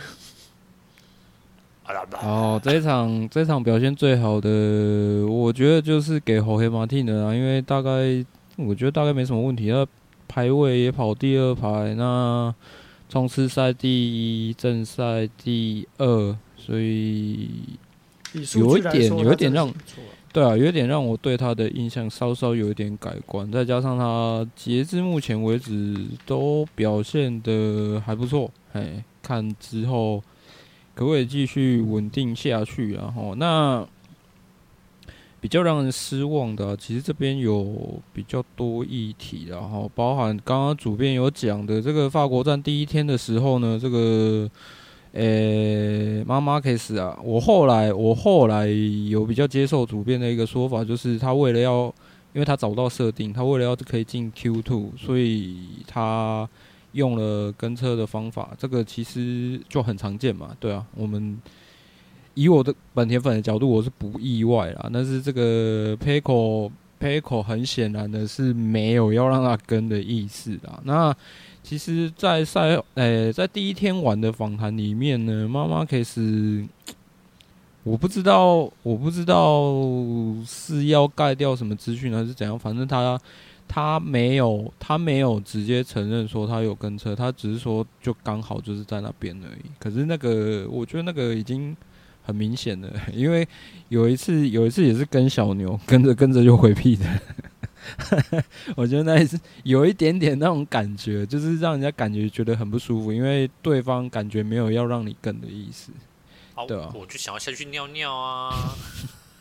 这一场表现最好的，我觉得就是给Jorge Martin的啦，因为我觉得大概没什么问题，他排位也跑第2排，那冲刺赛第1，正赛第2，所以有一点让。对啊，有点让我对他的印象稍稍有一点改观，再加上他截至目前为止都表现得还不错，看之后可不可以继续稳定下去，然后那比较让人失望的其实这边有比较多议题，然后包含刚刚主编有讲的这个法国站第1天的时候呢，这个。Marquez 啊，我后来有比较接受主编的一个说法，就是他为了因为他找不到设定，他为了可以进 Q2， 所以他用了跟车的方法，这个其实就很常见嘛，对啊，我们以我的本田粉的角度，我是不意外啦，但是这个 Pecco 很显然的是没有要让他跟的意思啦，那。其实在，在第1天晚的访谈里面呢，Marquez，我不知道是要盖掉什么资讯还是怎样，反正他没有直接承认说他有跟车，他只是说就刚好就是在那边而已。可是我觉得那个已经很明显了，因为有一次也是跟小牛跟着就回避的。我觉得那也是有一点点那种感觉，就是让人家觉得很不舒服，因为对方感觉没有要让你跟的意思，对啊， 我就想要下去尿尿啊。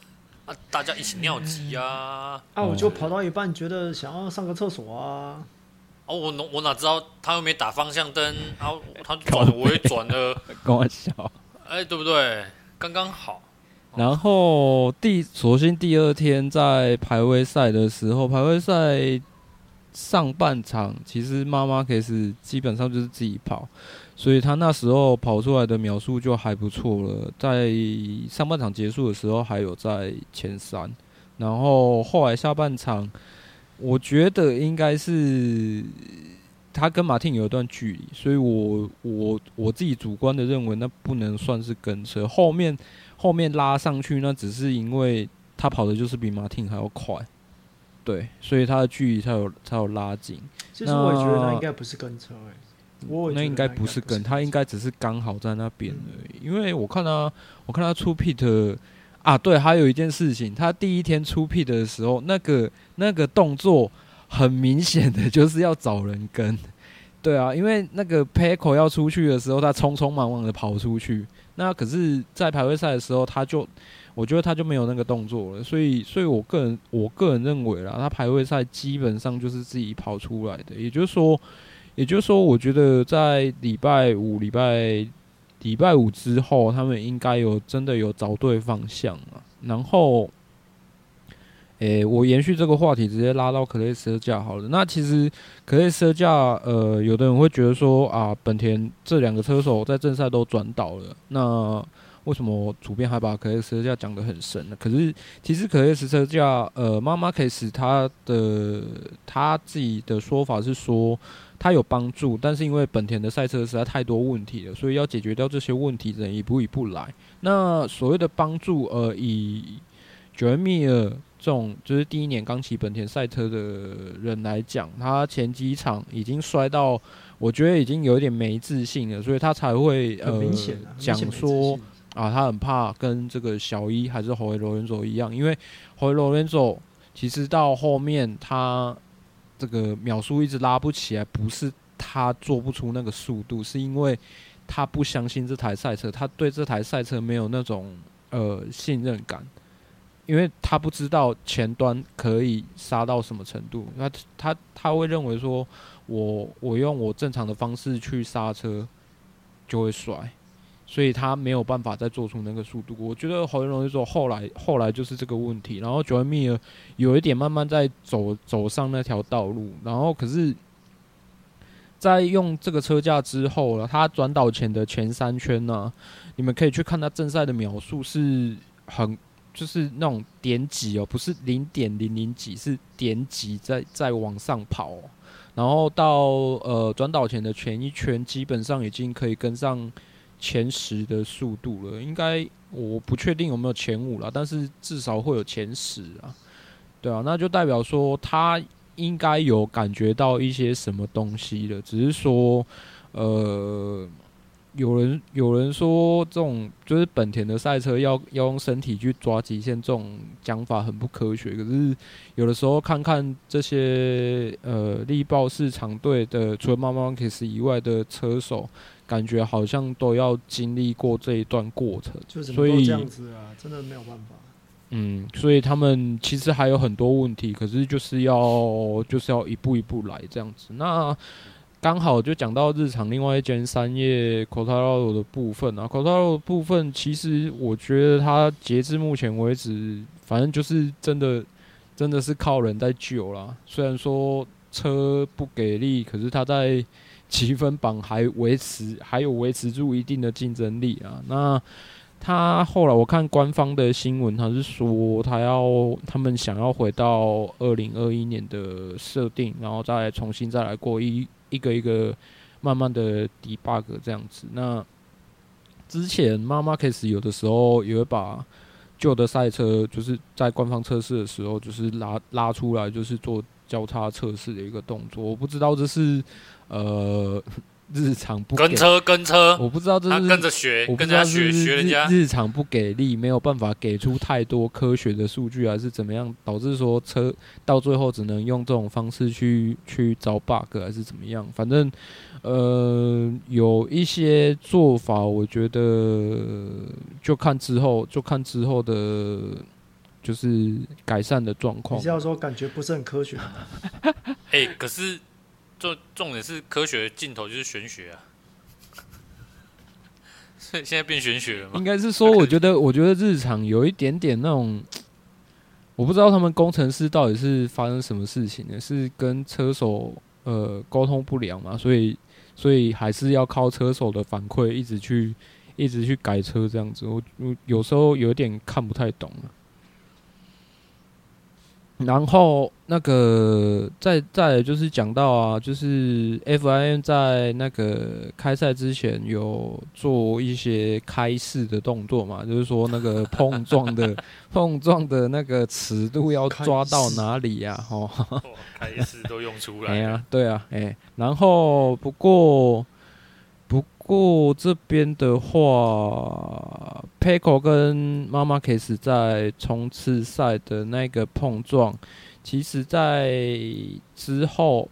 啊，大家一起尿急啊！ 我就跑到一半，觉得想要上个厕所啊。 我哪知道他又没打方向灯，然后他转了，我也转了， 跟我笑。 对不对？刚刚好。 然后所幸第二天在排位赛的时候，排位赛上半场其实妈妈可以是基本上就是自己跑，所以他那时候跑出来的秒数就还不错了，在上半场结束的时候还有在前3，然后后来下半场我觉得应该是他跟马汀有一段距离，所以我自己主观的认为那不能算是跟车，后面拉上去那只是因为他跑的就是比马汀还要快，对，所以他的距离才有拉紧。 其实我也觉得他应该不是跟车那应该不是跟，他应该只是刚好在那边而已。因为我看他出 pit 对，还有一件事情，他第一天出 pit 的时候，那个动作很明显的就是要找人跟。对啊，因为那个 Pecco 要出去的时候，他匆匆忙忙的跑出去。那可是，在排位赛的时候，我觉得他就没有那个动作了。所以我个人认为啦，他排位赛基本上就是自己跑出来的。也就是说，我觉得在礼拜五之后，他们应该真的有找对方向啊。然后，我延续这个话题，直接拉到可雷斯架好了。那其实可雷斯架，有的人会觉得说本田这2个车手在正赛都转倒了，那为什么主编还把可雷斯架讲得很深呢？可是其实可雷斯车架，妈妈 case 他自己的说法是说，他有帮助，但是因为本田的赛车实在太多问题了，所以要解决掉这些问题，只能一步一步来。那所谓的帮助，以九恩密尔这种就是第一年刚骑本田赛车的人来讲，他前几场已经摔到，我觉得已经有一点没自信了，所以他才会讲说他很怕跟这个小一还是侯维罗伦佐一样，因为侯维罗伦佐其实到后面他这个秒数一直拉不起来，不是他做不出那个速度，是因为他不相信这台赛车，他对这台赛车没有那种信任感。因为他不知道前端可以杀到什么程度，他会认为说我用我正常的方式去刹车就会甩，所以他没有办法再做出那个速度。我觉得侯文龙说后来就是这个问题，然后九恩密尔有一点慢慢在走上那条道路，然后可是，在用这个车架之后了，他转导前的前3圈呢，你们可以去看他正赛的秒数是就是那种点几不是0.00几，是点几在往上跑然后到转导前的前1圈，基本上已经可以跟上前10的速度了。应该我不确定有没有前5啦，但是至少会有前10啊。对啊，那就代表说他应该有感觉到一些什么东西了，只是说有人说这种就是本田的赛车要用身体去抓极限，这种讲法很不科学。可是有的时候看看这些力豹市场队的，除了Marquez以外的车手，感觉好像都要经历过这一段过程， 所以这样子啊，真的没有办法。 所以他们其实还有很多问题，可是就是要一步一步来这样子。那刚好就讲到日常另外一间3叶 Quartararo 的部分啊 ，Quartararo 的部分其实我觉得他截至目前为止，反正就是真的是靠人在救啦。虽然说车不给力，可是他在积分榜还有维持住一定的竞争力啊。那他后来我看官方的新闻，他是说他们想要回到2021年的设定，然后再重新再来过一个慢慢的 debug 这样子。那之前Marquez有的时候也会把旧的赛车，就是在官方测试的时候，就是拉出来，就是做交叉测试的一个动作。我不知道这是日常不给跟车， 我不知道这是他跟着学，跟着学人家。 日常不给力，没有办法给出太多科学的数据，还是怎么样，导致说车到最后只能用这种方式去找 bug， 还是怎么样？反正有一些做法，我觉得就看之后的， 就是改善的状况。 你是要说感觉不是很科学吗？ 可是重点是科学的尽头就是玄学啊，所以现在变玄学了吗？ 应该是说，我觉得日常有一点点那种，我不知道他们工程师到底是发生什么事情呢？是跟车手沟通不良嘛？所以还是要靠车手的反馈，一直去改车这样子。我有时候有点看不太懂了。然后那个再来就是讲到啊，就是 FIM 在那个开赛之前有做一些开式的动作嘛，就是说那个碰撞的那个尺度要抓到哪里呀？ 开式都用出来了。 对啊，然后不过这边的话 ，Pecco 跟 Marquez 在冲刺赛的那个碰撞，其实在之后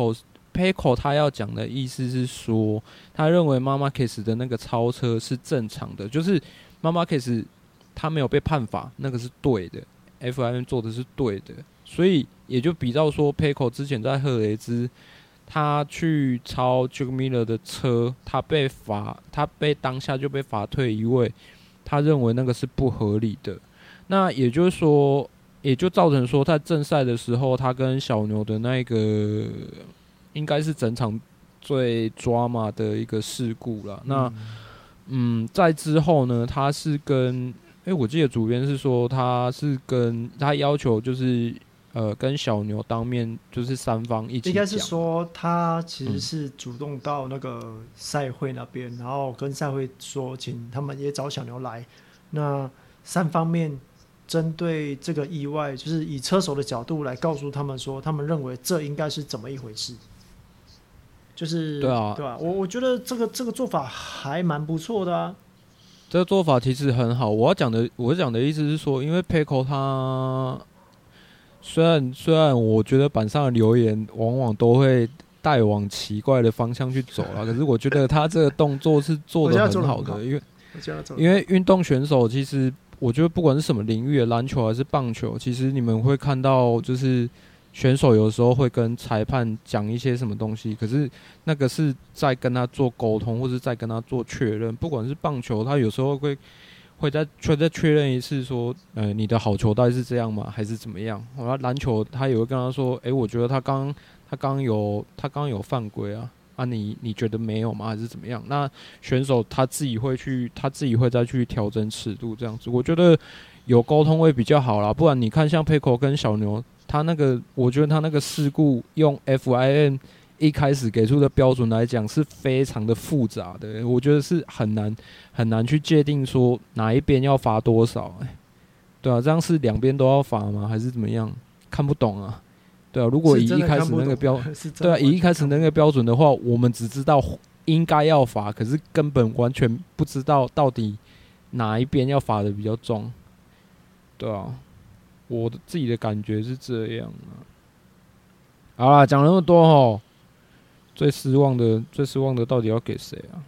Pecco 他要讲的意思是说，他认为 Marquez 的那个超车是正常的，就是 Marquez 他没有被判罚，那个是对的 ，FIM 做的是对的，所以也就比较说 Pecco 之前在赫雷兹。他去超 Jack Miller 的车，他被当下就被罚退一位，他认为那个是不合理的。那也就是说，也就造成说，在正赛的时候，他跟小牛的那个应该是整场最drama的一个事故啦。那在之后呢，他是跟我记得主编是说，他要求就是。跟小牛当面就是三方一起讲， 应该是说他其实是主动到那个赛会那边，然后跟赛会说，请他们也找小牛来。那三方面针对这个意外，就是以车手的角度来告诉他们说，他们认为这应该是怎么一回事。就是对啊，我觉得这个做法还蛮不错的啊。 这个做法其实很好。我讲的意思是说，因为 Pecco 他。虽然我觉得板上的留言往往都会带往奇怪的方向去走啦，可是我觉得他这个动作是做得很好的，因为运动选手其实我觉得不管是什么领域的篮球还是棒球，其实你们会看到就是选手有时候会跟裁判讲一些什么东西，可是那个是在跟他做沟通，或是在跟他做确认。不管是棒球，他有时候会再确认一次说，你的好球带是这样吗？还是怎么样？然后篮球他也会跟他说，我觉得他刚有犯规啊，你觉得没有吗？还是怎么样？那选手他自己会再去调整尺度这样子。我觉得有沟通会比较好啦，不然你看像 Pecco 跟小牛，我觉得他那个事故用 FIM。一开始给出的标准来讲是非常的复杂的，我觉得是很难去界定说哪一边要罚多少，对啊，这样是两边都要罚吗？还是怎么样？看不懂啊，对啊，如果以一开始那个对啊，以一开始那个标准的话，我们只知道应该要罚，可是根本完全不知道到底哪一边要罚的比较重，对啊，我自己的感觉是这样啊。好啦，讲了那么多齁。最失望的到底要给谁啊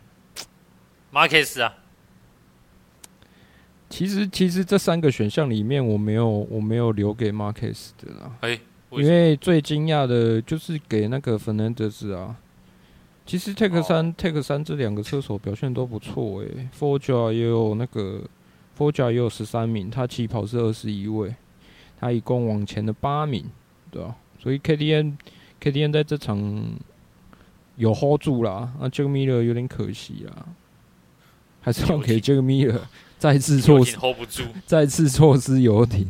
？Marquez 啊。 其实这三个选项里面，我没有留给 Marquez 的啦。因为最惊讶的就是给那个 Fernandez 啊。其实 Take 3这两个车手表现都不错Forja 也有13名，他起跑是21位，他一共往前的8名，对啊，所以 KTM 在这场。有 hold 住啦，那 Jack Miller 有点可惜啦，还是要给 Jack Miller 再次错失 hold 不住， 再次错失游艇。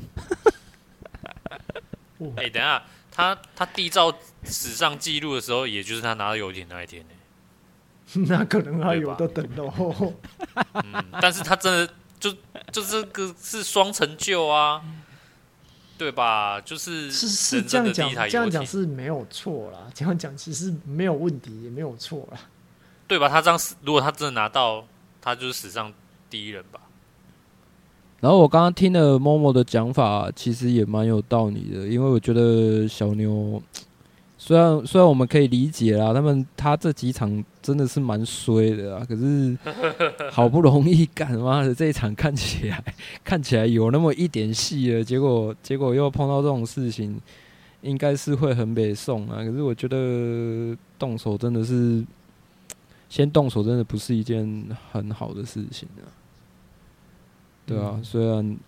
等一下，他缔造史上纪录的时候，也就是他拿到游艇那一天那可能还有的等咯。 但是他真的就这个是双成就啊。对吧？就是这样讲是没有错啦，这样讲其实没有问题，也没有错啦， 对吧？他这样，如果他真的拿到，他就是史上第一人吧。 然后我刚刚听了 Momo 的讲法，其实也蛮有道理的，因为我觉得小牛虽然我们可以理解啦，他这几场真的是蛮衰的啊，可是好不容易干妈的这一场看起来有那么一点戏了，结果又碰到这种事情，应该是会很北宋啊。可是我觉得先动手真的不是一件很好的事情啊。对啊，虽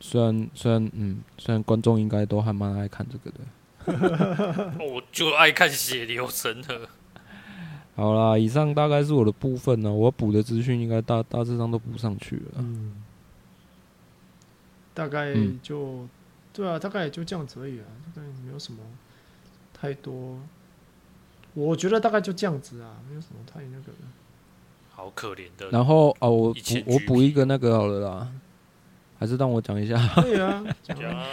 然观众应该都还蛮爱看这个的。 我就爱看血流成河。 好啦，以上大概是我的部分呢，我补的资讯应该大致上都补上去了。 大概就、对啊，大概也就这样子而已啊，大概没有什么太多。我觉得大概就这样子啊，没有什么太那个的。 好可怜的。 然后我补一个那个好了啦，还是让我讲一下。 对啊，讲啊。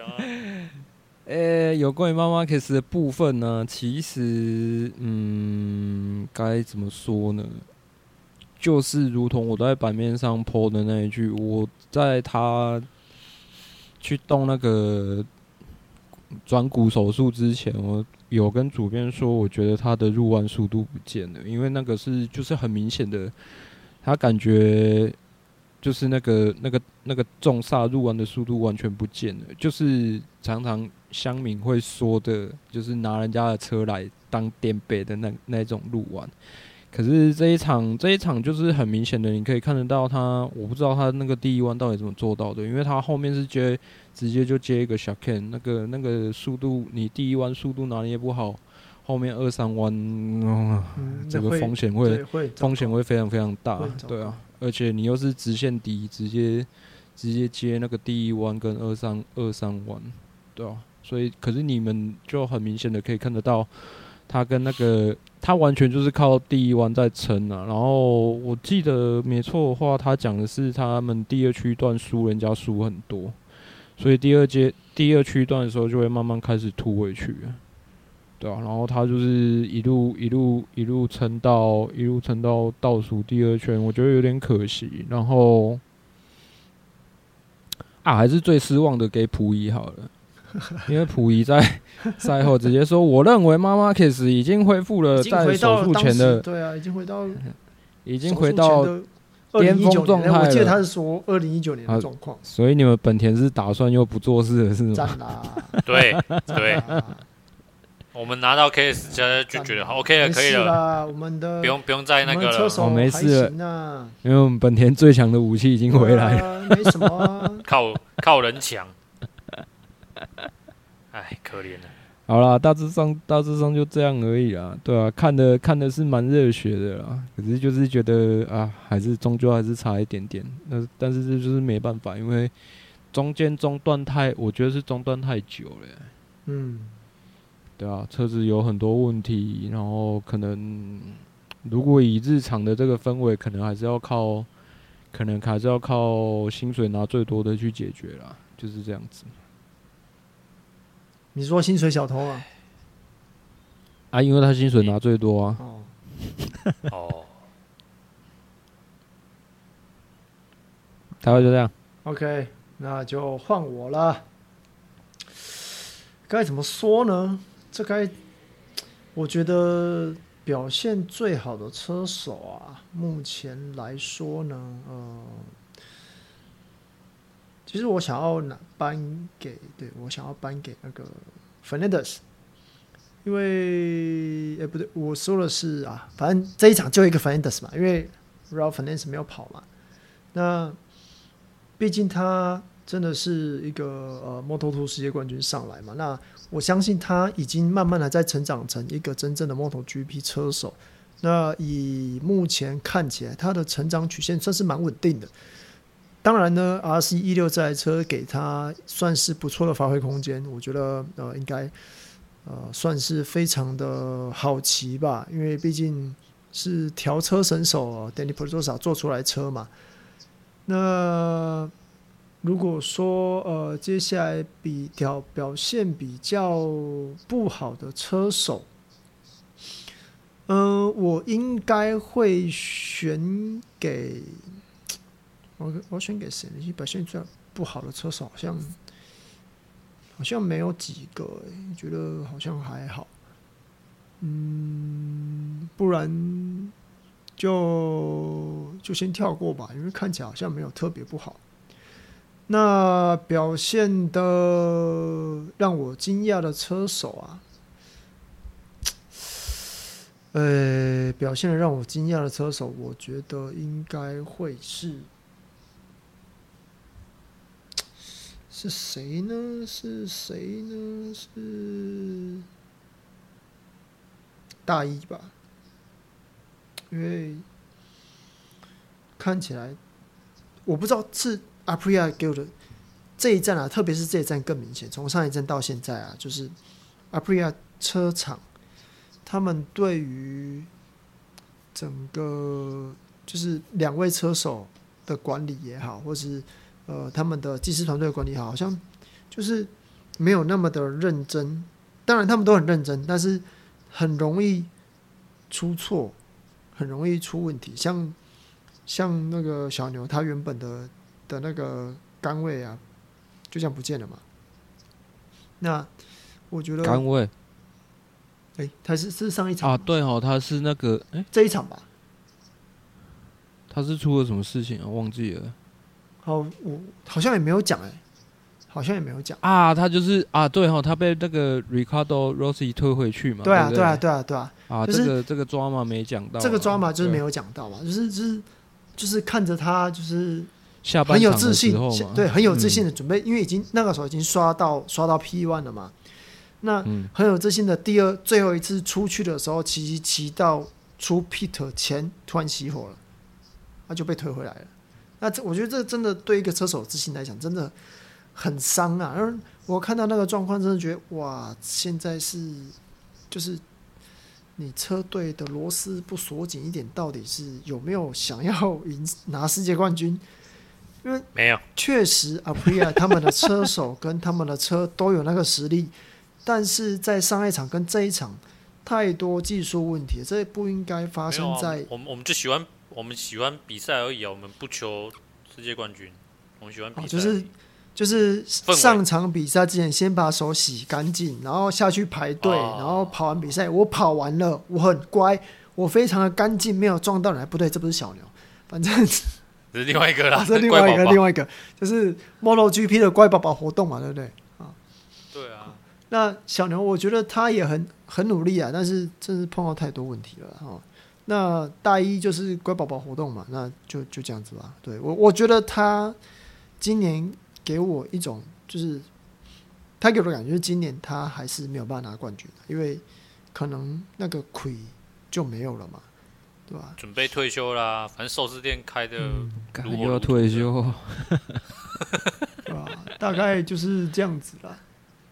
有关于妈妈 case 的部分呢，其实该怎么说呢？就是如同我在版面上 po 的那一句，我在他去动那个转骨手术之前，我有跟主编说，我觉得他的入弯速度不见了，因为那个就是很明显的，他感觉就是那个重刹入弯的速度完全不见了，就是常常乡民会说的，就是拿人家的车来当垫背的那种入弯。可是这一场就是很明显的，你可以看得到他，我不知道他那个第一弯到底怎么做到的，因为他后面是直接就接一个小 Ken， 那个速度，你第一弯速度拿捏不好，后面2、3弯，这个风险会非常非常大，对啊，而且你又是直线底，直接接那个第一弯跟二三弯，对啊，所以可是你们就很明显的可以看得到。他跟那个，他完全就是靠第一弯在撑啊。然后我记得没错的话，他讲的是他们第二区段输人家输很多，所以第二区段的时候就会慢慢开始突回去，对啊。然后他就是一路撑到倒数第2圈，我觉得有点可惜。然后还是最失望的给溥仪好了。因为溥仪在赛后直接说：“我认为妈妈 case 已经恢复了在手术前的， 对啊，已经回到巅峰状态了。” 我记得他是说2019年的状况。 所以你们本田是打算又不做事了是吗？ 赞啦！ 对，我们拿到 case 就觉得 OK 了，可以了。 我们的不用再那个了， 没事了。因为我们本田最强的武器已经回来了， 没什么， 靠人强。哎，可怜了。 好啦，大致上就这样而已啦，对啊，看的是蛮热血的啦，可是就是觉得终究还是差一点点。但是这就是没办法，因为中断我觉得是中断太久了。对啊，车子有很多问题，然后可能如果以日常的这个氛围，可能还是要靠薪水拿最多的去解决啦，就是这样子。 你说薪水小偷啊？ 因为他薪水拿最多啊。大概就这样。 OK， 那就换我了。该怎么说呢？我觉得表现最好的车手啊，目前来说呢，其实我想要颁给那个 Fernandez， 因为不对，我说的是反正这一场就一个 Fernandez 嘛，因为 Raul Fernandez 没有跑嘛。那毕竟他真的是一个Moto2 世界冠军上来嘛，那我相信他已经慢慢的在成长成一个真正的 MotoGP 车手。那以目前看起来，他的成长曲线算是蛮稳定的。当然呢 ，RC16 这台车给他算是不错的发挥空间，我觉得应该算是非常的好骑吧，因为毕竟是调车神手Dani Pedrosa 做出来车嘛。那如果说接下来表现比较不好的车手，我应该会选给。我选给谁呢？表现最不好的车手好像没有几个，觉得好像还好。 不然就先跳过吧，因为看起来好像没有特别不好。那表现的让我惊讶的车手啊，表现的让我惊讶的车手，我觉得应该会是谁呢？是大一吧，因为看起来我不知道是Aprilia 给我的这一站啊，特别是这一站更明显。从上一站到现在啊，就是 Aprilia 车厂他们对于整个就是两位车手的管理也好，或是他们的技师团队的管理也好，好像就是没有那么的认真。当然他们都很认真，但是很容易出错，很容易出问题。像那个小牛，他原本的那个杆位啊，就这样不见了嘛。那我觉得杆位， 他是上一场啊，对哦，他是那个这一场吧？ 他是出了什么事情啊？忘记了。 我好像也没有讲好像也没有讲啊，他就是啊，对哦，他被那个 Ricardo Rossi 推回去嘛。 对啊， 对对啊，对啊，对啊。 啊， 就是这个抓马没讲到， 这个抓马就是没有讲到嘛，就是看着他就是下半很有场的自信时候嘛， 对，很有自信的准备，因为那个时候已经刷到 P1 了嘛。那很有自信的最后一次出去的时候，骑到出 pit 前突然熄火了，他就被推回来了。那我觉得这真的对一个车手自信来讲真的很伤啊。而我看到那个状况，真的觉得哇，现在是就是你车队的螺丝不锁紧一点，到底是有没有想要拿世界冠军？因为没有， 确实 Aprilia 他们的车手跟他们的车都有那个实力，但是在上一场跟这一场太多技术问题，这不应该发生在我们就我们喜欢比赛而已啊，我们不求世界冠军，我们喜欢比赛而已。 就是上场比赛之前先把手洗干净，然后下去排队，然后跑完比赛，我跑完了，我很乖，我非常的干净，没有撞到人。不对，这不是小牛，反正这是另外一个啦， 这是另外一个，就是 MotoGP 的乖宝宝活动嘛，对不对？ 对啊。 那小牛，我觉得他也很努力啊，但是真是碰到太多问题了哈。那大一就是乖宝宝活动嘛，那就这样子吧。对，我觉得他今年给我一种就是他给我的感觉，就是今年他还是没有办法拿冠军，因为可能那个亏就没有了嘛，对吧？ 准备退休啦，反正寿司店开的又要退休， 对吧？大概就是这样子啦。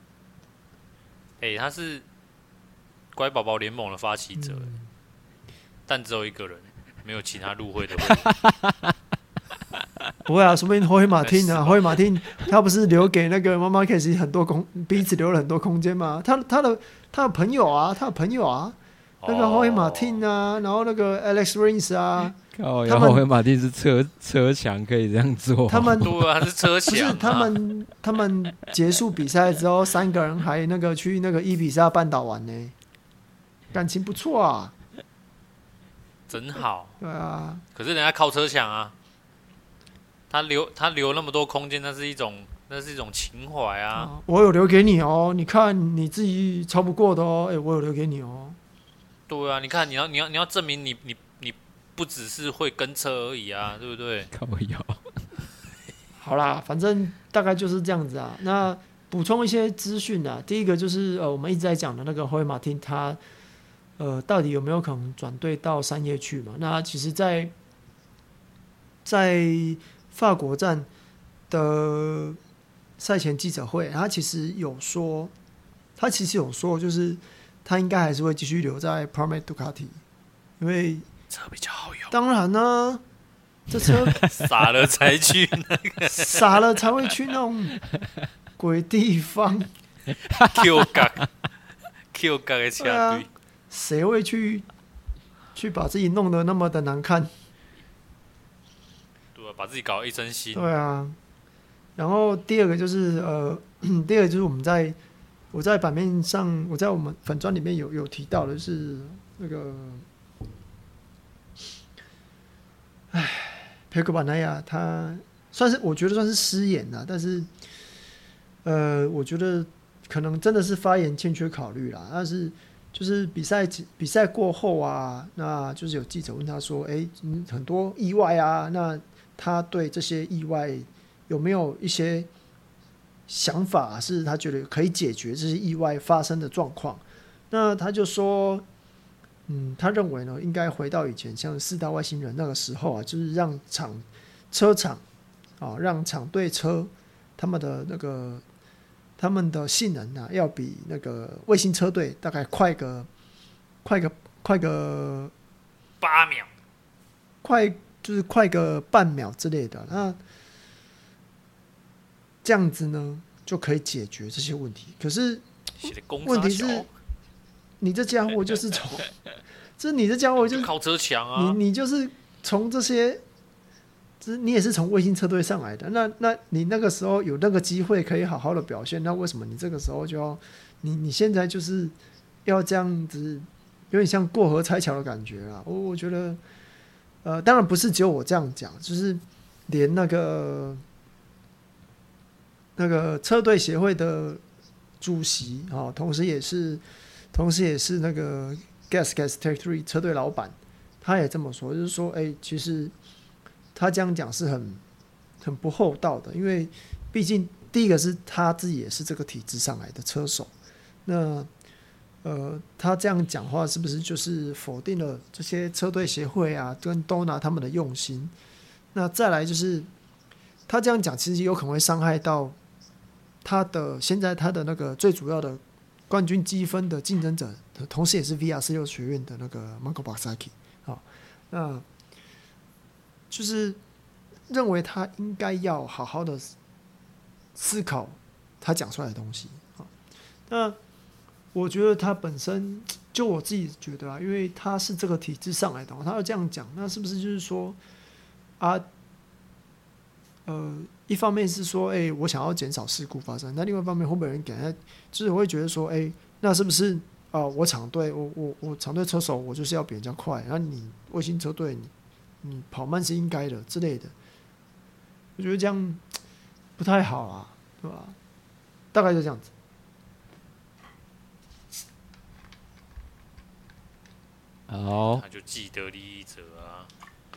他是乖宝宝联盟的发起者，但只有一个人，没有其他入会的会员。 不会啊，说不定霍伊马汀啊，霍伊马汀他不是留给那个妈妈 K 很多彼此留了很多空间吗？他的朋友啊，那个霍伊马汀啊，然后那个 Alex Rins 啊， 他们霍伊马汀是车墙可以这样做， 他们对啊，是车墙、啊。 不是他们结束比赛之后，3个人还那个去那个伊比萨半岛玩呢，感情不错啊， 真好。 对啊， 可是人家靠车墙啊。他留那么多空间，那是一种情怀啊！ 我有留给你哦，你看你自己超不过的哦，我有留给你哦。 对啊，你看你要证明你不只是会跟车而已啊，对不对？ 靠腰。 好啦，反正大概就是这样子啊。那补充一些资讯啊，第一个就是我们一直在讲的那个霍伊马汀，他到底有没有可能转队到3叶去嘛？那其实在法国站的赛前记者会，他其实有说，就是他应该还是会继续留在 Pramac Ducati， 因为车比较好用。 当然呢，这车傻了才去那个， 傻了才会去那种鬼地方。 Q 杠的车队， 谁会去把自己弄得那么的难看？ 把自己搞得一身腥。 对啊，然后第二个就是我们在我在版面上，我在我们粉专里面有提到的是那个，佩克巴奈亚他我觉得算是失言啦，但是我觉得可能真的是发言欠缺考虑啦。但是就是比赛过后啊，那就是有记者问他说：“很多意外啊，那他对这些意外有没有一些想法，是他觉得可以解决这些意外发生的状况？”那他就说：“他认为呢，应该回到以前像四大外星人那个时候啊，就是让车厂啊，让厂队车他们的性能啊，要比那个卫星车队大概快个8 秒， 就是快个半秒之类的。那这样子呢，就可以解决这些问题。可是问题是，你这家伙就是你这家伙就是靠车强啊！ 你就是从这些。你也是从卫星车队上来的，那你那个时候有那个机会可以好好的表现，那为什么你这个时候就要你现在就是要这样子，有点像过河拆桥的感觉啦。我觉得，当然不是只有我这样讲，就是连那个车队协会的主席啊，同时也是那个 Gas Territory 车队老板，他也这么说，就是说，其实。他这样讲是很不厚道的，因为毕竟第一个是他自己也是这个体制上来的车手，那他这样讲话是不是就是否定了这些车队协会啊跟 Dona 他们的用心？那再来就是他这样讲，其实有可能会伤害到现在他的那个最主要的冠军积分的竞争者，同时也是 VR46 学院的那个 Marco Bezzecchi 啊，那。就是认为他应该要好好的思考他讲出来的东西。那我觉得他本身，就我自己觉得啊，因为他是这个体制上来的，他要这样讲，那是不是就是说啊？一方面是说，我想要减少事故发生，那另外一方面会不会有人给他，就是我会觉得说，那是不是我厂队，我厂队车手，我就是要比人家快，然后你卫星车队你跑慢是应该的之类的，我觉得这样不太好啦，对吧？大概就这样子。 好， 那就既得利益者啊。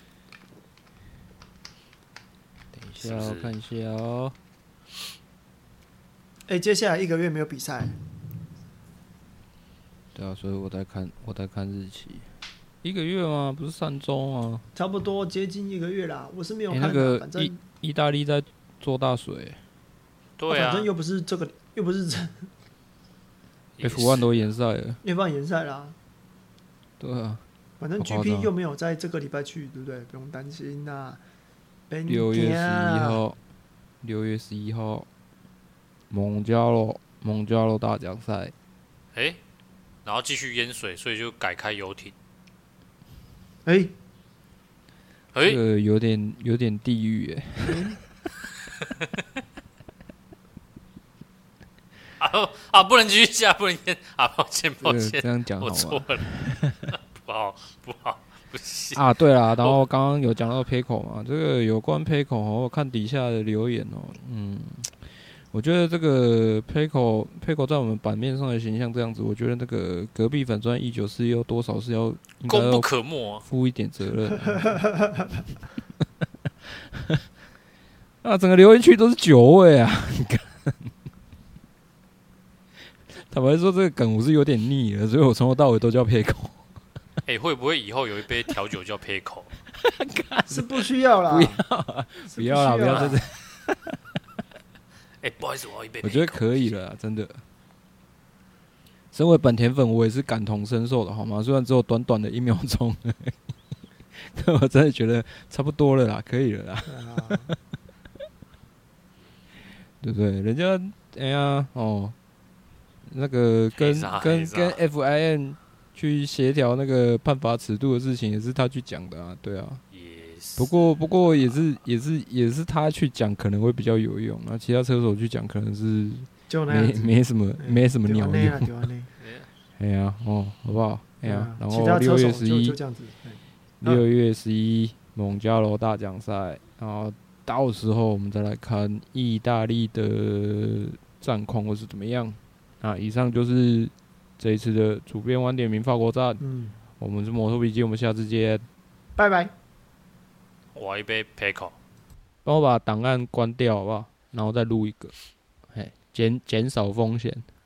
等一下我看一下哦。 接下来1个月没有比赛。 对啊，所以我在看日期。1个月吗？不是3周吗？ 差不多接近1个月啦。我是没有看的， 那个反正意大利在做大水。 对啊， 反正又不是这个，又不是 F1 都延赛了。 F1延赛啦。 对啊。 反正 GP 又没有在这个礼拜去，对不对？不用担心啦。 6月11号，蒙加洛大奖赛。 然后继续淹水，所以就改开游艇。 这个有点地狱耶。 不能继续下，不能淹啊！抱歉， 这样讲好吗？ 我错了，不好，不行啊！对啦，然后刚刚有讲到 Payco 嘛，这个有关 Payco， 我看底下的留言我觉得这个 Payco 在我们版面上的形象这样子，我觉得那个隔壁粉专1941多少是应该功不可没， 负一点责任。整个留言区都是酒味啊！坦白说，这个梗我是有点腻了，所以我从头到尾都叫 Payco。 会不会以后有一杯调酒叫 Payco？ 是不需要啦， 不要啦，不要在这。 不好意思，我要一杯。 我觉得可以了，真的。身为本田粉，我也是感同身受的，好吗？虽然只有短短的1秒钟，但我真的觉得差不多了啦，可以了啦。对不对？人家那个跟 FIM 去协调那个判罚尺度的事情，也是他去讲的啊，对啊。不过也是他去讲可能会比较有用，那其他车手去讲可能是就那样子， 没什么鸟对啊用。 对啊对啊哎呀，哦，好不好？哎呀，然后其他车 6 手月11， 就这样子。 6月11蒙加楼大奖赛，然后到时候我们再来看意大利的战况或是怎么样。以上就是这一次的主编晚点名法国站。我们是摩托笔记，我们下次见， 拜拜。 我一杯 Pico。 帮我把档案关掉好不好？然后再录一个，减少风险。